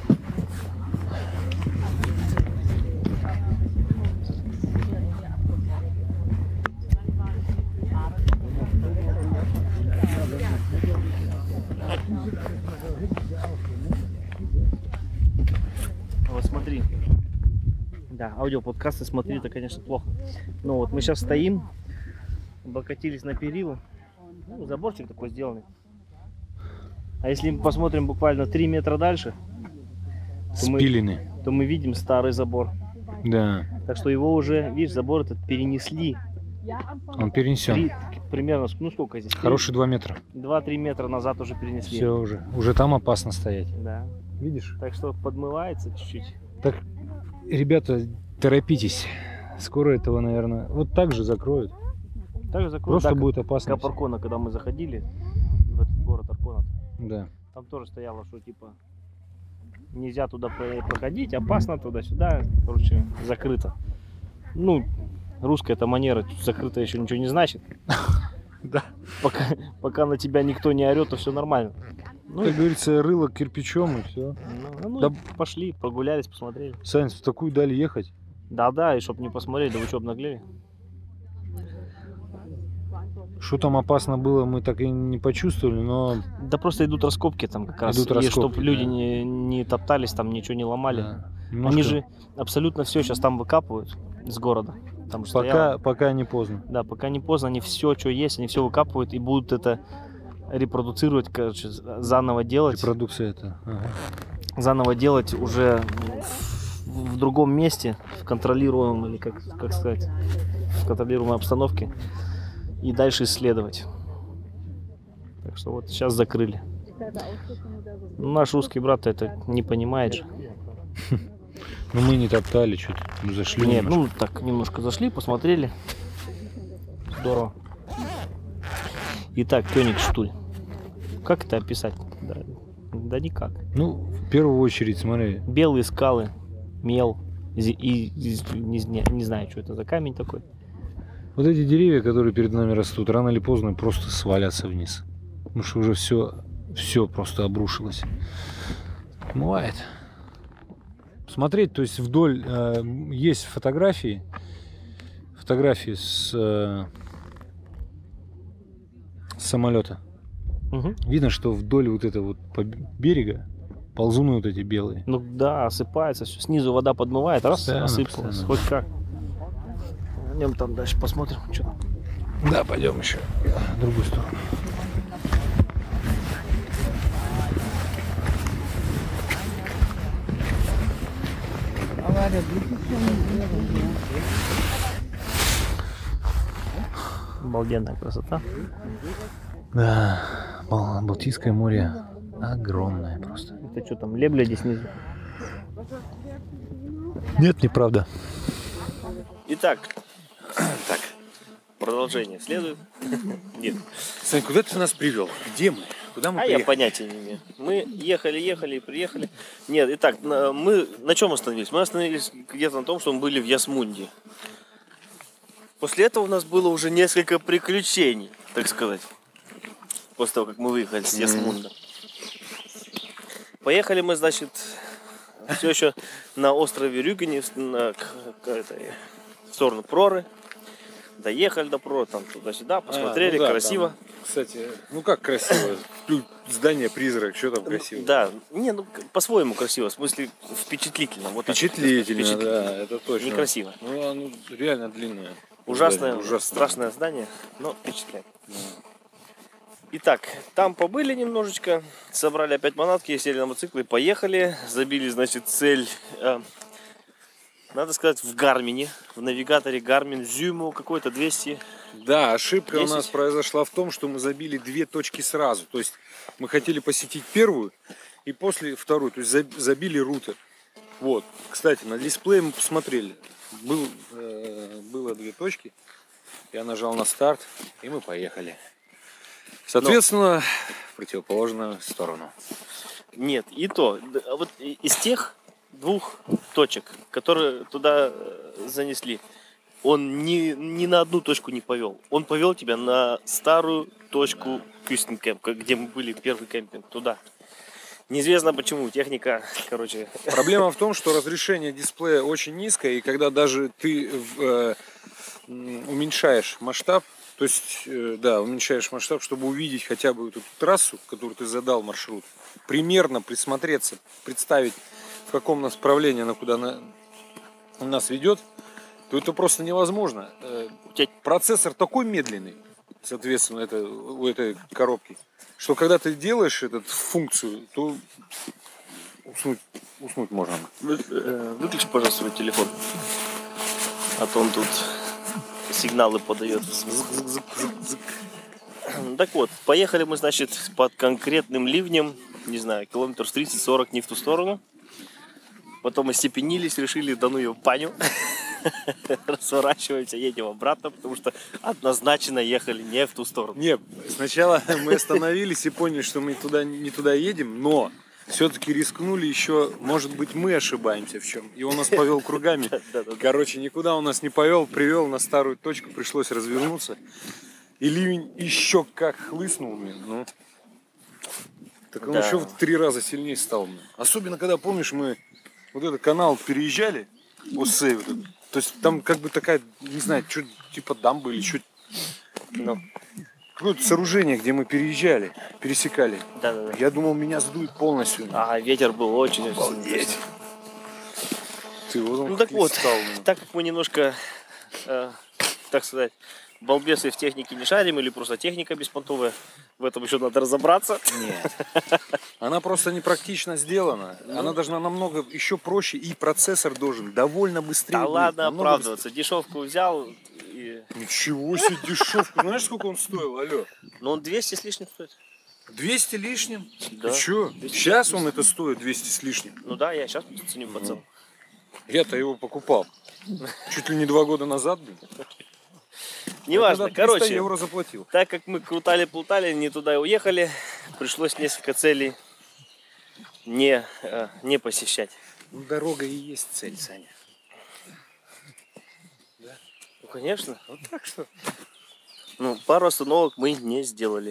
Вот смотри. Да, аудиоподкасты смотри, это, конечно, плохо. Ну вот мы сейчас стоим, облокотились на перила. Ну, заборчик такой сделанный. А если мы посмотрим буквально три метра дальше, то мы, Спилены. то мы видим старый забор. Да, Так что его уже, видишь, забор этот перенесли. он перенесен. Три, примерно, ну сколько здесь? Хорошие два метра. два-три метра назад уже перенесли. Все уже. Уже там опасно стоять. Да. Видишь? Так что подмывается чуть-чуть. Так, ребята, торопитесь. Скоро этого, наверное, вот так же закроют. Также закроют. Просто Да, будет опасно. Кап Аркона, когда мы заходили в этот город Аркона, Да. там тоже стояло, что типа нельзя туда про- проходить, опасно туда-сюда, короче, закрыто. Ну, русская эта манера, закрыто еще ничего не значит. Да. Пока, пока на тебя никто не орет, то все нормально. Ну, как говорится, рыло кирпичом и все. Ну, ну, Да. пошли, прогулялись, посмотрели. Сань, в такую даль ехать. Да-да, и чтоб не посмотрели, да вы что, обнаглели? Что там опасно было, мы так и не почувствовали, но... Да просто идут раскопки там как раз, Идут и раскопки, чтобы люди да. не, не топтались, там ничего не ломали. Да, Они немножко же абсолютно все сейчас там выкапывают с города. Там же пока, стояло. пока не поздно. Да, пока не поздно, они все, что есть, они все выкапывают и будут это репродуцировать, короче, заново делать. Репродукция это. Ага. Заново делать уже в, в другом месте, в контролируемом, или как, как сказать, в контролируемой обстановке. И дальше исследовать. Так что вот сейчас закрыли. Ну, наш русский брат это не понимает же. Ну мы не топтали, что-то ну, зашли. Нет, немножко. ну так немножко зашли, посмотрели. Здорово. Итак, Кёнигштуль. Как это описать? Да, да никак. Ну, в первую очередь, смотри. Белые скалы, мел и, и, и не, не, не знаю, что это за камень такой. Вот эти деревья, которые перед нами растут, рано или поздно просто свалятся вниз. Потому что уже все, все просто обрушилось. Бывает. Смотреть, то есть вдоль э, есть фотографии, фотографии с, э, с самолета. Угу. Видно, что вдоль вот этого вот берега ползуны вот эти белые. Ну да, осыпается все. Снизу вода подмывает, раз, Постоянно, осыпалась. постоянно. Хоть как. Пойдем там дальше посмотрим, что там. Да, пойдем еще в другую сторону. Обалденная красота. Да, Бал- Балтийское море огромное просто. Это что там, лебляди снизу? Нет, неправда. Итак, так, продолжение следует. Нет. Сань, куда ты нас привел? Где мы? Куда мы А я понятия не имею. Мы ехали, ехали и приехали. Нет, итак, на- мы на чем остановились? Мы остановились где-то на том, что мы были в Ясмунде. После этого у нас было уже несколько приключений, так сказать. После того, как мы выехали с Ясмунда. Поехали мы, значит, все еще на острове Рюгене на, к, к этой, в сторону Проры. Доехали до Проры, там туда-сюда, посмотрели, А, ну да, красиво. там, кстати, ну как красиво? Здание призрак, что там красиво? Да, не, ну к- по-своему красиво, в смысле впечатлительно. Вот так вот. Впечатлительно, Впечатлительно. да, это точно. Некрасиво. Ну, оно реально длинное. Ужасное, Здание, ужасное. страшное здание, но впечатляет. Итак, там побыли немножечко, собрали опять манатки, сели на мотоциклы, поехали, забили, значит, цель, э, надо сказать, в Гармине, в навигаторе Гармин, Зюму какой-то двести. Да, ошибка у нас десять. произошла в том, что мы забили две точки сразу. То есть мы хотели посетить первую и после вторую. То есть заб- забили руты. Вот. Кстати, на дисплее мы посмотрели. Был, э, было две точки. Я нажал на старт, и мы поехали. Соответственно, в противоположную сторону. Нет, и то, д- а вот и- из тех двух точек, которые туда э, занесли, он ни, ни на одну точку не повел. Он повел тебя на старую точку Кюстенкэмп, где мы были, первый кемпинг, туда. Неизвестно почему, техника, короче. Проблема в том, что разрешение дисплея очень низкое, и когда даже ты в, э, м, уменьшаешь масштаб, то есть, э, да, уменьшаешь масштаб, чтобы увидеть хотя бы эту трассу, которую ты задал маршрут, примерно присмотреться, представить, в каком направлении она куда она нас ведет, то это просто невозможно. Э, У тебя Процессор такой медленный, соответственно, это, у этой коробки, что когда ты делаешь эту функцию, то уснуть, уснуть можно. Вы- э, Выключи, пожалуйста, свой телефон. А то он тут сигналы подает. Зык-зык-зык-зык-зык. Так вот, поехали мы, значит, под конкретным ливнем, не знаю, километров тридцать-сорок не в ту сторону. Потом остепенились, решили, да ну ее в баню. Разворачиваемся, едем обратно, потому что однозначно ехали не в ту сторону. Не, сначала мы остановились и поняли, что мы туда, не туда едем, но все-таки рискнули еще, может быть, мы ошибаемся в чем. И он нас повел кругами. Да-да-да. Короче, никуда он нас не повел, привел на старую точку, пришлось развернуться. И ливень еще как хлыстнул, блин, ну. Так он Да. еще в три раза сильнее стал. Блин. Особенно, когда, помнишь, мы вот этот канал переезжали, Оссей вот этот. То есть там как бы такая, не знаю, что типа дамба или что. Ну, Какое-то сооружение, где мы переезжали, пересекали. да-да-да. Я думал, меня сдует полностью. А, ветер был очень-очень сильный. Обалдеть. Ты вот он Ну так вот, стал, блин. так как мы немножко, э, так сказать, балбесы в технике не шарим или просто техника беспонтовая. В этом еще надо разобраться. Нет. Она просто непрактично сделана. Ну. Она должна намного еще проще, и процессор должен довольно быстрее. Да быть, ладно намного оправдываться. Дешевку взял и... быстрее. Ничего себе дешевку. Знаешь, сколько он стоил, алло? Ну он двести с лишним стоит. двести лишним? Да. Ты чё? Сейчас он это стоит двести с лишним. Ну да, я сейчас ценю по ценам. Я-то его покупал. Чуть ли не два года назад. Блин. Неважно, Я тогда триста короче, евро заплатил. так как мы крутали-плутали, не туда и уехали, пришлось несколько целей не, э, не посещать. Ну, дорога и есть цель, Саня. Ну, конечно. Вот так что. Ну, пару остановок мы не сделали.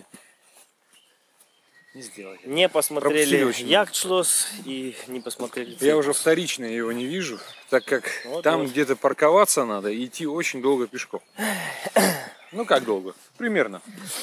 Не сделали. Не Пропустили посмотрели очень Яхтшлосс и не посмотрели... Я цирк. уже вторично его не вижу, так как Вот, там вот. где-то парковаться надо и идти очень долго пешком. Ну как долго? Примерно.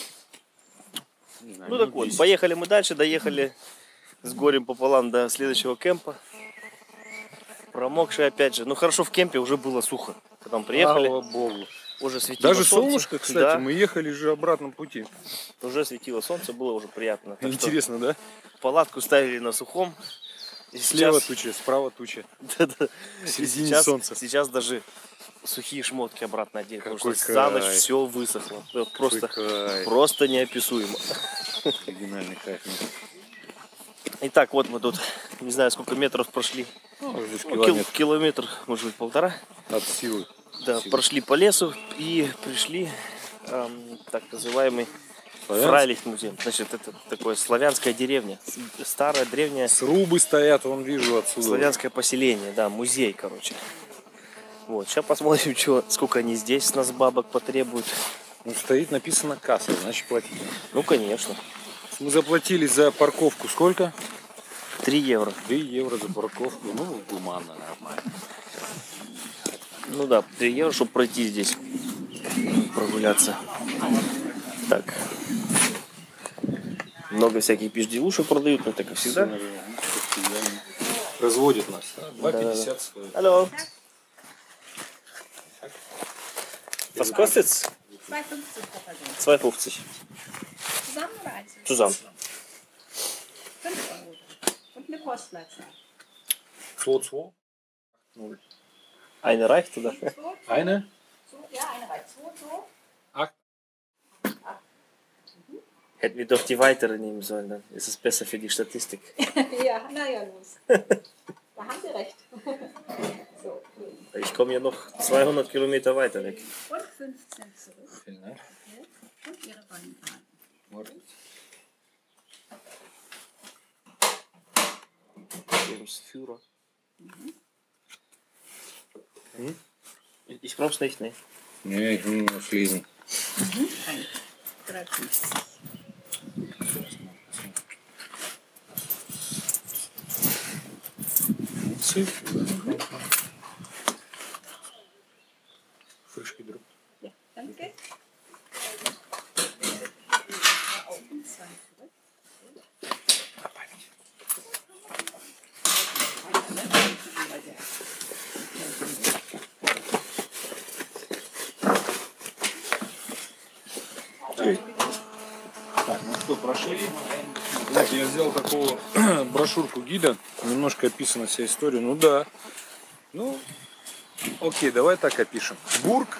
Не знаю, Ну минут так вот, десять. поехали мы дальше, доехали с горем пополам до следующего кемпа. Промокшие опять же. Ну хорошо, в кемпе уже было сухо. Когда мы приехали, Слава Богу. уже светило Даже солнце. солнышко, кстати, Да, мы ехали же обратном пути. уже светило солнце, было уже приятно. Так что Интересно, да? палатку ставили на сухом. И Слева сейчас- туча, справа туча. Да-да. В И середине сейчас, солнца. Сейчас даже сухие шмотки обратно одели, потому Какой что за ночь кайф. все высохло. Это просто, Кайф. просто неописуемо. Оригинальный кайф. Итак, вот мы тут, не знаю, сколько метров прошли. Ну, здесь Ну, кил- километр километр, может быть, полтора. от силы. Да, Силы. прошли по лесу и пришли эм, так называемый Славянск? Фрайлихт-музей. Значит, это такое славянская деревня, с- старая древняя Срубы стоят, вон вижу отсюда. славянское поселение, да, музей, короче. Вот, сейчас посмотрим, чё, сколько они здесь с нас бабок потребуют. Ну, стоит написано касса, значит платить. Ну, конечно, Мы заплатили за парковку сколько? три евро. три евро за парковку. Ну, гуманно, нормально. Ну да, три евро, чтобы пройти здесь, прогуляться. Так. Много всяких пижделушек продают, но это как всегда. Разводит нас. два Да-да-да. пятьдесят стоит. Алло. Was kostet's? zwei fünfzig pro Person. zwei fünfzig. Zusammenreise. Zusammen. fünf Euro. Und eine Postleitzahl. zwei, Null. Eine reicht, oder? Eine? Ja, eine reicht. zwei, zwei. Acht. Hätten wir doch die weitere nehmen sollen, dann ist es besser für die Statistik. Ja, naja, los. Da haben Sie recht. So, Ich komme ja noch zweihundert Kilometer weiter weg. und fünfzehn zurück. Vielen Dank. Und Ihre beiden Karten. Lebensführer. Hm? Ich brauch's nicht, ne? Nee, ich will nur schließen. drei fünfzig. Frisch gedruckt. Ja, danke. Augen, zwei zurück. Так, ну что, прошли. Вот я взял такого брошюрку гида. Немножко описана вся история. Ну да. Ну, окей, давай так опишем. Бург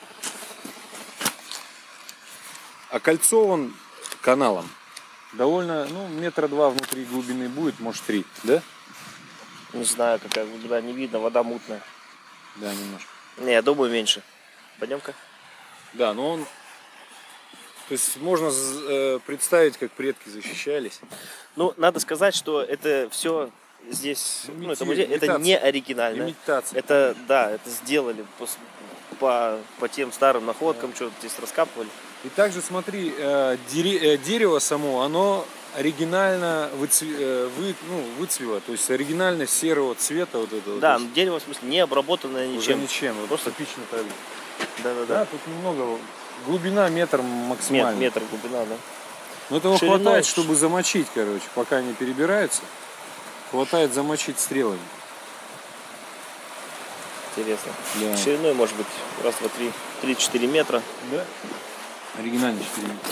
окольцован каналом. Довольно, ну, метра два внутри глубины будет, может три, да? Не знаю, какая глубина, не видно, вода мутная. Да, немножко. Не, я думаю, меньше. Пойдем-ка. Да, но он... То есть можно э, представить, как предки защищались. Ну, надо сказать, что это все здесь, ну, это, Имити- музей, это имитация. не оригинально. Имитация. Это, да, это сделали по, с- по, по тем старым находкам, что здесь раскапывали. И также смотри, э, дере- э, дерево само, оно оригинально выцве- э, вы- ну, выцвело, то есть оригинально серого цвета вот этого. Да, то но есть дерево, в смысле, не обработанное уже ничем. ничем, вот Просто- типично так. Да-да-да. Да, тут немного, глубина метр Мет- максимально. метр глубина, да. Но этого Шириной хватает, ш- чтобы замочить, короче, пока они перебираются. Хватает замочить стрелами. Интересно. Да. Шириной может быть раз, два, три, три-четыре метра. Да. Оригинальный четыре метра.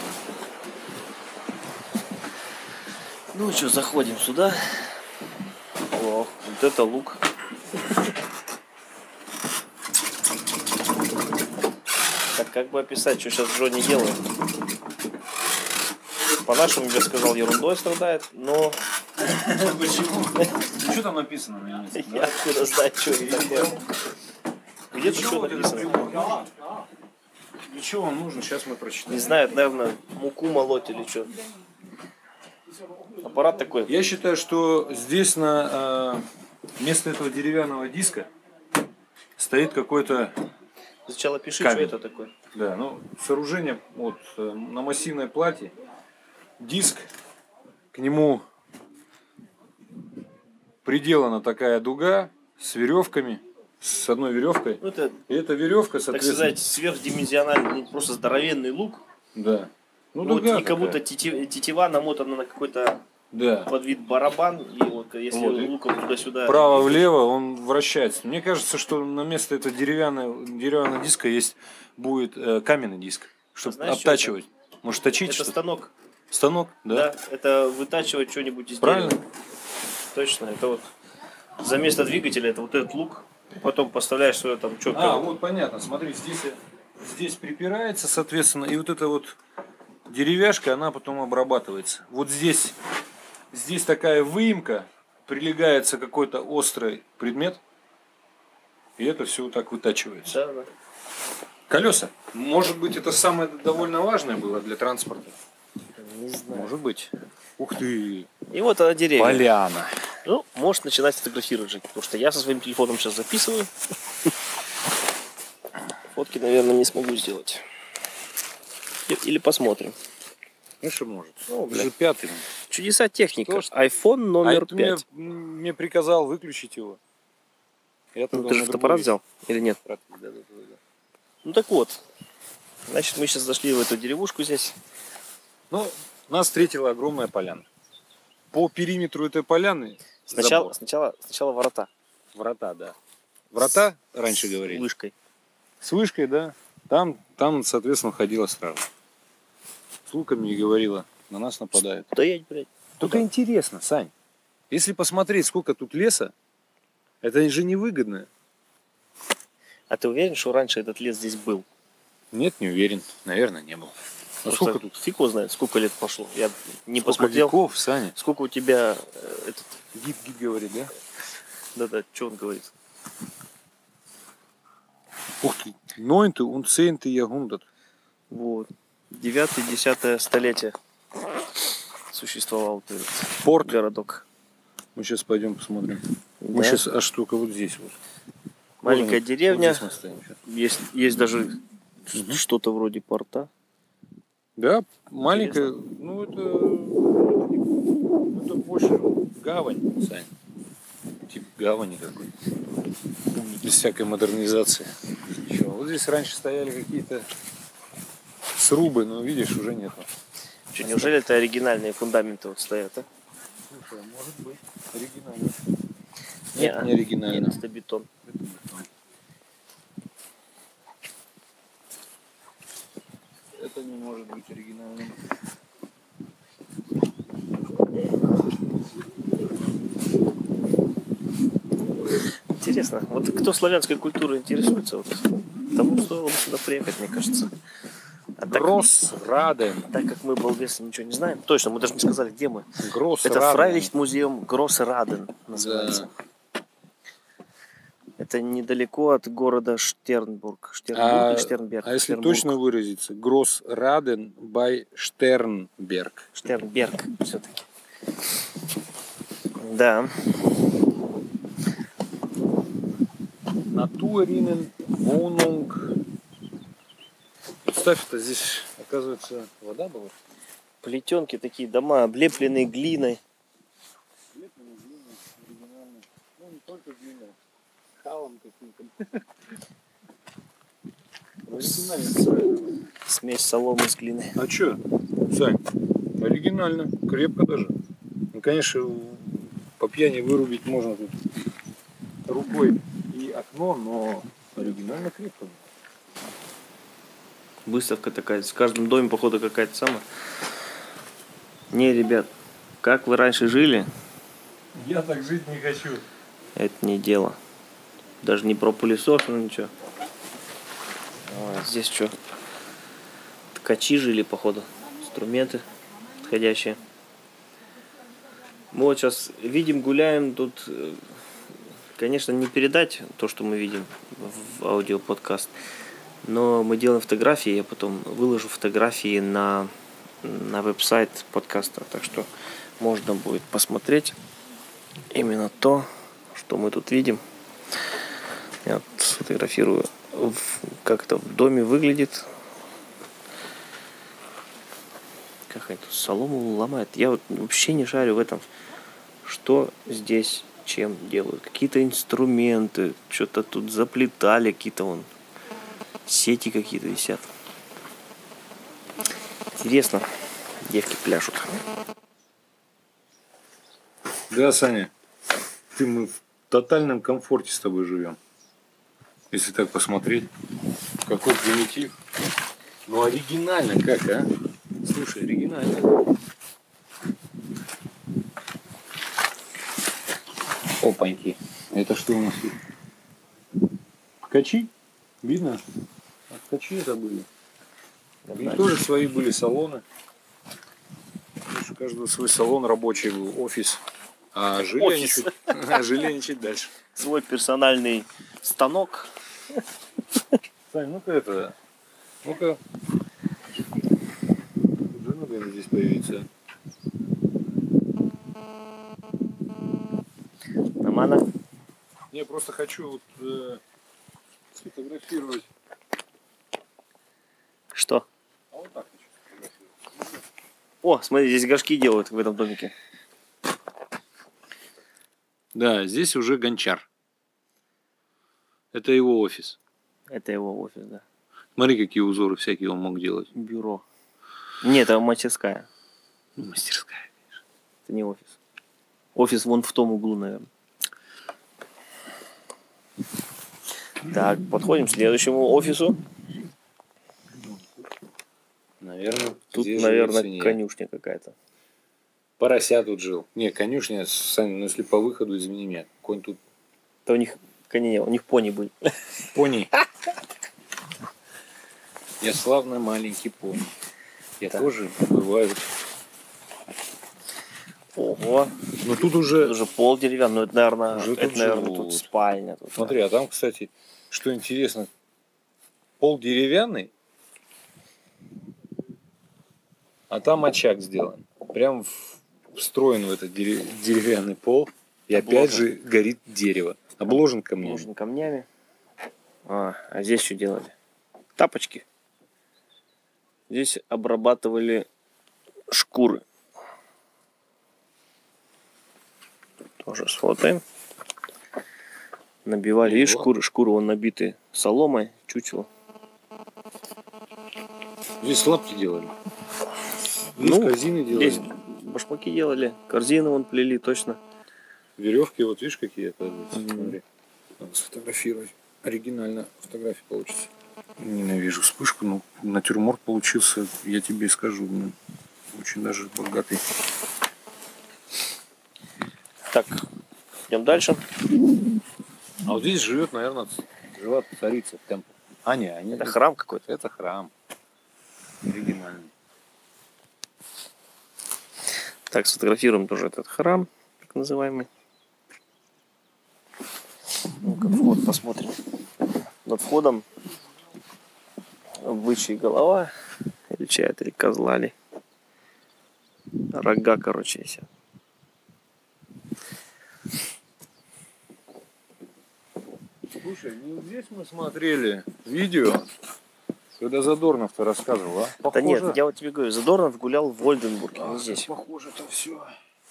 Ну что, заходим сюда. О, вот это лук. Так как бы описать, что сейчас Джонни делает? По-нашему, я сказал, ерундой страдает, но... Почему? Что там написано на немецком? Я откуда знать, что это такое. Где-то что написано? Для чего он нужен? Сейчас мы прочитаем. Не знаю, наверное, муку молоть или что. Аппарат такой. Я считаю, что здесь на э, вместо этого деревянного диска стоит какой-то... Сначала пиши, камень. что это такое. Да, ну, сооружение вот, э, на массивной плате. Диск, к нему приделана такая дуга с веревками, с одной веревкой. Ну, это, И эта веревка, так соответственно... сказать, сверхдименsionальный, просто здоровенный лук. Да. Ну, Вот, дуга и как будто такая. тетива, тетива намотана на какой-то Да. под вид барабан. И вот если Вот, и луком туда-сюда... Вправо-влево он вращается. Мне кажется, что на место этого деревянного, деревянного диска есть будет э, каменный диск, чтобы знаешь, обтачивать. Может, точить Это что-то? станок. Станок, да? Да, это вытачивать что-нибудь из Правильно? дерева. Точно, это вот за место двигателя, это вот этот лук. Потом поставляешь свое там что-то. А, вот понятно. Смотри, здесь, здесь припирается, соответственно, и вот эта вот деревяшка, она потом обрабатывается. Вот здесь, здесь такая выемка, прилегается какой-то острый предмет, и это все вот так вытачивается. Да, да. Колеса. Может быть, это самое довольно важное было для транспорта. Не знаю. Может быть. Ух ты. И вот она деревья. Поляна. Ну, можешь начинать фотографировать, Жень, потому что я со своим телефоном сейчас записываю. Фотки, наверное, не смогу сделать. Или посмотрим. Ну что может. Ну, Это же пятый. Чудеса техника. Что ж. iPhone номер а ты мне, пять. мне приказал выключить его. Я Ну, тогда ты же на фотоаппарат другой- взял или нет? Да, да, да, да. Ну так вот. Значит, мы сейчас зашли в эту деревушку здесь. Ну, нас встретила огромная поляна. По периметру этой поляны Сначала, забор. сначала, сначала ворота. Врата, да. Врата, раньше С говорили. вышкой. С вышкой, да. Там, там, соответственно, ходила стража. С луками и говорила, на нас нападают. Стоять, блядь. Только интересно, Сань, если посмотреть, сколько тут леса, это же невыгодно. А ты уверен, что раньше этот лес здесь был? Нет, не уверен. Наверное, не был. А Просто сколько тут? Фиг его знает, сколько лет прошло. Я не Сколько посмотрел. веков, Саня? Сколько у тебя э, этот... Гид, гид говорит, да? Да-да, что он говорит? Ух ты. Neunte und zehnte Jahrhundert. Вот. Девятое, десятое столетие существовал этот Порт. городок. Мы сейчас пойдем посмотрим. Да. Мы сейчас аж только вот здесь вот. Маленькая Вот деревня. здесь мы стоим сейчас. Есть, есть даже Мгм. что-то вроде порта. Да, маленькая, ну это, это больше гавань, Сань. Типа гавани какой-то. Без всякой модернизации. Ничего. Вот здесь раньше стояли какие-то срубы, но видишь, уже нету. Что, неужели это оригинальные фундаменты вот стоят, а? Слушай, может быть, оригинально. Не, Нет, не оригинально. Нет, это бетон. Это не может быть оригинальным. Интересно, вот кто славянской культурой интересуется, вот, тому стоило бы сюда приехать, мне кажется. А так, Гроссраден. так как мы, балбесы, ничего не знаем, точно, мы даже не сказали, где мы. Гроссраден. Это Фрайлихт-музеум Гроссраден называется. Да. Это недалеко от города Штернбург. Штернбург А, или Штернберг? а если Штернбург. точно выразиться, Гроссраден by Штернберг. Штернберг все-таки. Да. Натуринен Wohnung. Представь, это здесь, оказывается, вода была. Плетенки такие, дома, облепленные глиной. Ну, не только глиной, халом каким-то. Оригинально. Смесь соломы с глиной. А чё, Сань, оригинально, крепко даже. Ну, конечно, по пьяни вырубить можно тут рукой и и окно, но оригинально крепко. Выставка такая, в каждом доме, походу, какая-то самая. Не, ребят, как вы раньше жили, Я так жить не хочу. это не дело. Даже не про пылесос, ну ничего. А, здесь что? Ткачи жили, походу. Инструменты подходящие. Мы вот сейчас видим, гуляем. Тут, конечно, не передать то, что мы видим в аудиоподкаст. Но мы делаем фотографии. Я потом выложу фотографии на, на веб-сайт подкаста. Так что можно будет посмотреть именно то, что мы тут видим. Я вот сфотографирую, как это в доме выглядит. Как это, солому ломает. Я вот вообще не шарю в этом, что здесь чем делают. Какие-то инструменты, что-то тут заплетали, какие-то вон сети какие-то висят. Интересно, девки пляшут. Да, Саня, ты мы в тотальном комфорте с тобой живем. Если так посмотреть, какой примитив. Ну оригинально как, а? Слушай, оригинально. Опаньки. Это что у нас тут? Ткачи? Видно? А ткачи это были. У них тоже свои были салоны. У каждого свой салон, рабочий был, офис. А жили они чуть, а жили они чуть дальше. Свой персональный станок. Сань, ну-ка это, ну-ка, уже надо здесь появиться. Нормально? Я просто хочу вот э, сфотографировать. Что? А вот так хочу сфотографировать. О, смотри, здесь горшки делают в этом домике. Да, здесь уже гончар. Это его офис. Это его офис, да. Смотри, какие узоры всякие он мог делать. Бюро. Нет, это мастерская. Мастерская. Это не офис. Офис вон в том углу, наверное. Так, подходим к следующему офису. Наверное, Тут, здесь наверное, живет свинья. конюшня какая-то. Порося тут жил. Не, конюшня, Саня, ну если по выходу, извини меня, конь тут. То у них кони не, у них пони были. Пони. Я славно маленький пони. Я Да. тоже бываю. Ого. Но тут уже... Тут уже пол деревянный. Ну, это, наверное, Уже это, тут наверное, живут. тут спальня. Тут, Смотри, а там, кстати, что интересно, пол деревянный, а там очаг сделан. Прям встроен в этот деревянный пол. И опять же горит дерево. Обложен камнями. Обложен камнями. А, а здесь что делали? Тапочки. Здесь обрабатывали шкуры. Тоже сфотаем. Набивали. Видишь, шкуры, шкуры вон набиты соломой, чучело. Здесь лапти делали. Здесь Ну, корзины делали. Здесь башмаки делали, корзины вон плели, точно. Веревки, вот видишь, какие оказываются. Mm-hmm. Смотри. Надо сфотографировать. Оригинально фотография получится. Ненавижу вспышку, но натюрморт получился, я тебе скажу, ну, очень даже богатый. Так, идем дальше. А вот здесь живет, наверное, жила царица Темпл. А, не, они... Это храм какой-то. Это храм. Оригинальный. Так, сфотографируем тоже этот храм, так называемый. Ну-ка, вход посмотрим. Над входом бычья голова, или чья-то, или козла ли. Рога, короче, висят. Слушай, не вот здесь мы смотрели видео, когда Задорнов-то рассказывал, а? Похоже... Да нет, я вот тебе говорю, Задорнов гулял в Ольденбурге, а, не здесь. Похоже-то все.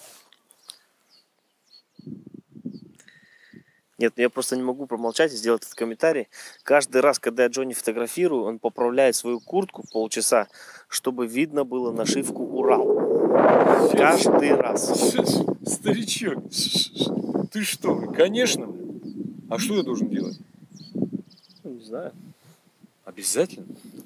Нет, я просто не могу промолчать и сделать этот комментарий. Каждый раз, когда я Джонни фотографирую, он поправляет свою куртку полчаса, чтобы видно было нашивку «Урал». Каждый раз. Старичок, ты что? Конечно. А что я должен делать? Ну, не знаю. Обязательно?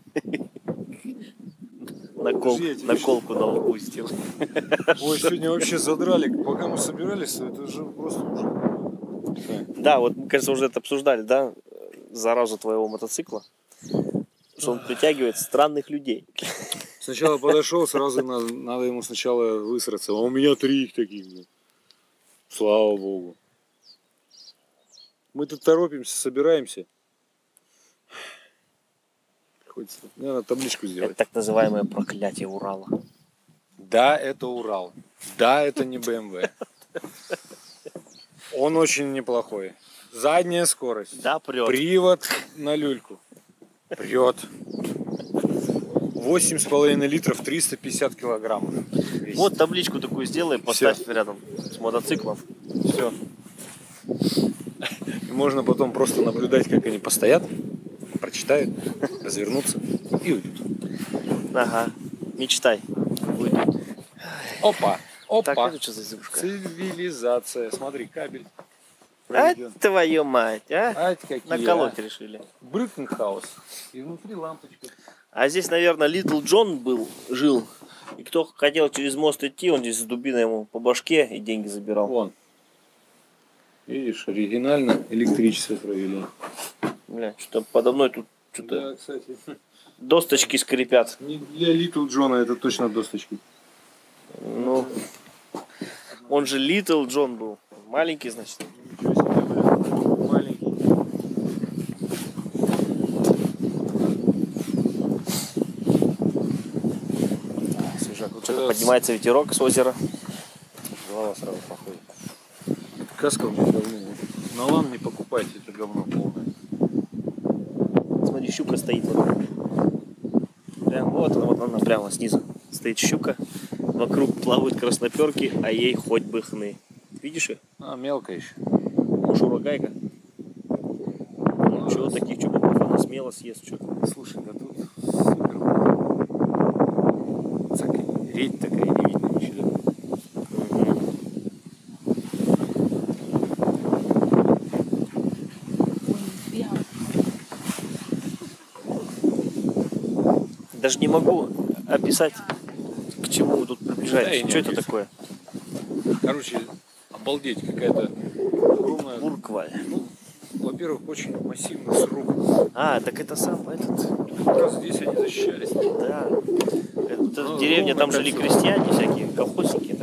Накол, Подожди, я тебе наколку на лбу сделал. Ой, сегодня вообще задрали. Пока мы собирались, это же просто уже... Да, вот мы, кажется, уже это обсуждали, да? Заразу твоего мотоцикла. Что он притягивает странных людей. Сначала подошел, сразу надо, надо ему сначала высраться. А у меня три их таких, блин. Слава богу. Мы тут торопимся, собираемся. Приходится, наверное, табличку Это сделать. так называемое проклятие Урала. Да, это Урал. Да, это не бэ эм вэ. Он очень неплохой. Задняя скорость. Да, прет. Привод на люльку. Прет. восемь с половиной литров, триста пятьдесят килограммов. Весит. Вот табличку такую сделай, поставь Всё. Рядом с мотоциклом. Все. И можно потом просто наблюдать, как они постоят, прочитают, развернутся и уйдут. Ага. Мечтай. Уйдут. Опа, опа. Так, это что за зыбушка? Цивилизация. Смотри, кабель. А проведен. твою мать, а? Ать какие, Наколоть а. решили. Брюкенхаус. И внутри лампочка. А здесь, наверное, Литл Джон был, жил. И кто хотел через мост идти, он здесь с дубиной ему по башке и деньги забирал. Вон. Видишь, оригинально электричество провели. Бля, что-то подо мной тут что-то Да, кстати. досточки скрипят. Не для Литл Джона, это точно досточки. Ну, он же Литл Джон был. Маленький, значит. Ничего себе, бля. Маленький. Свежак. Вот что-то поднимается ветерок с озера. Голова сразу походит. Каска у меня давно. На лан не покупайте, это говно полное. Смотри, щука стоит вот. Прям вот она, вот она прямо снизу. Стоит щука. Вокруг плавают красноперки, а ей хоть бы хны. Видишь ее? А, мелко еще. Мушура гайка. Ну, чего таких чубаков она смело съест. Что? Слушай, да тут супер. Так, редь такая, не видно ничего. Даже не могу описать, к чему вы тут приближаетесь. Да, что это описываю. такое? Короче, обалдеть, какая-то огромная. Буркваль. Ну, во-первых, очень массивный сруб. А, так это сам этот. Как раз здесь они защищались. Да. Это, вот эта Ну, деревня, там ровно жили кольцо. крестьяне всякие, колхозники.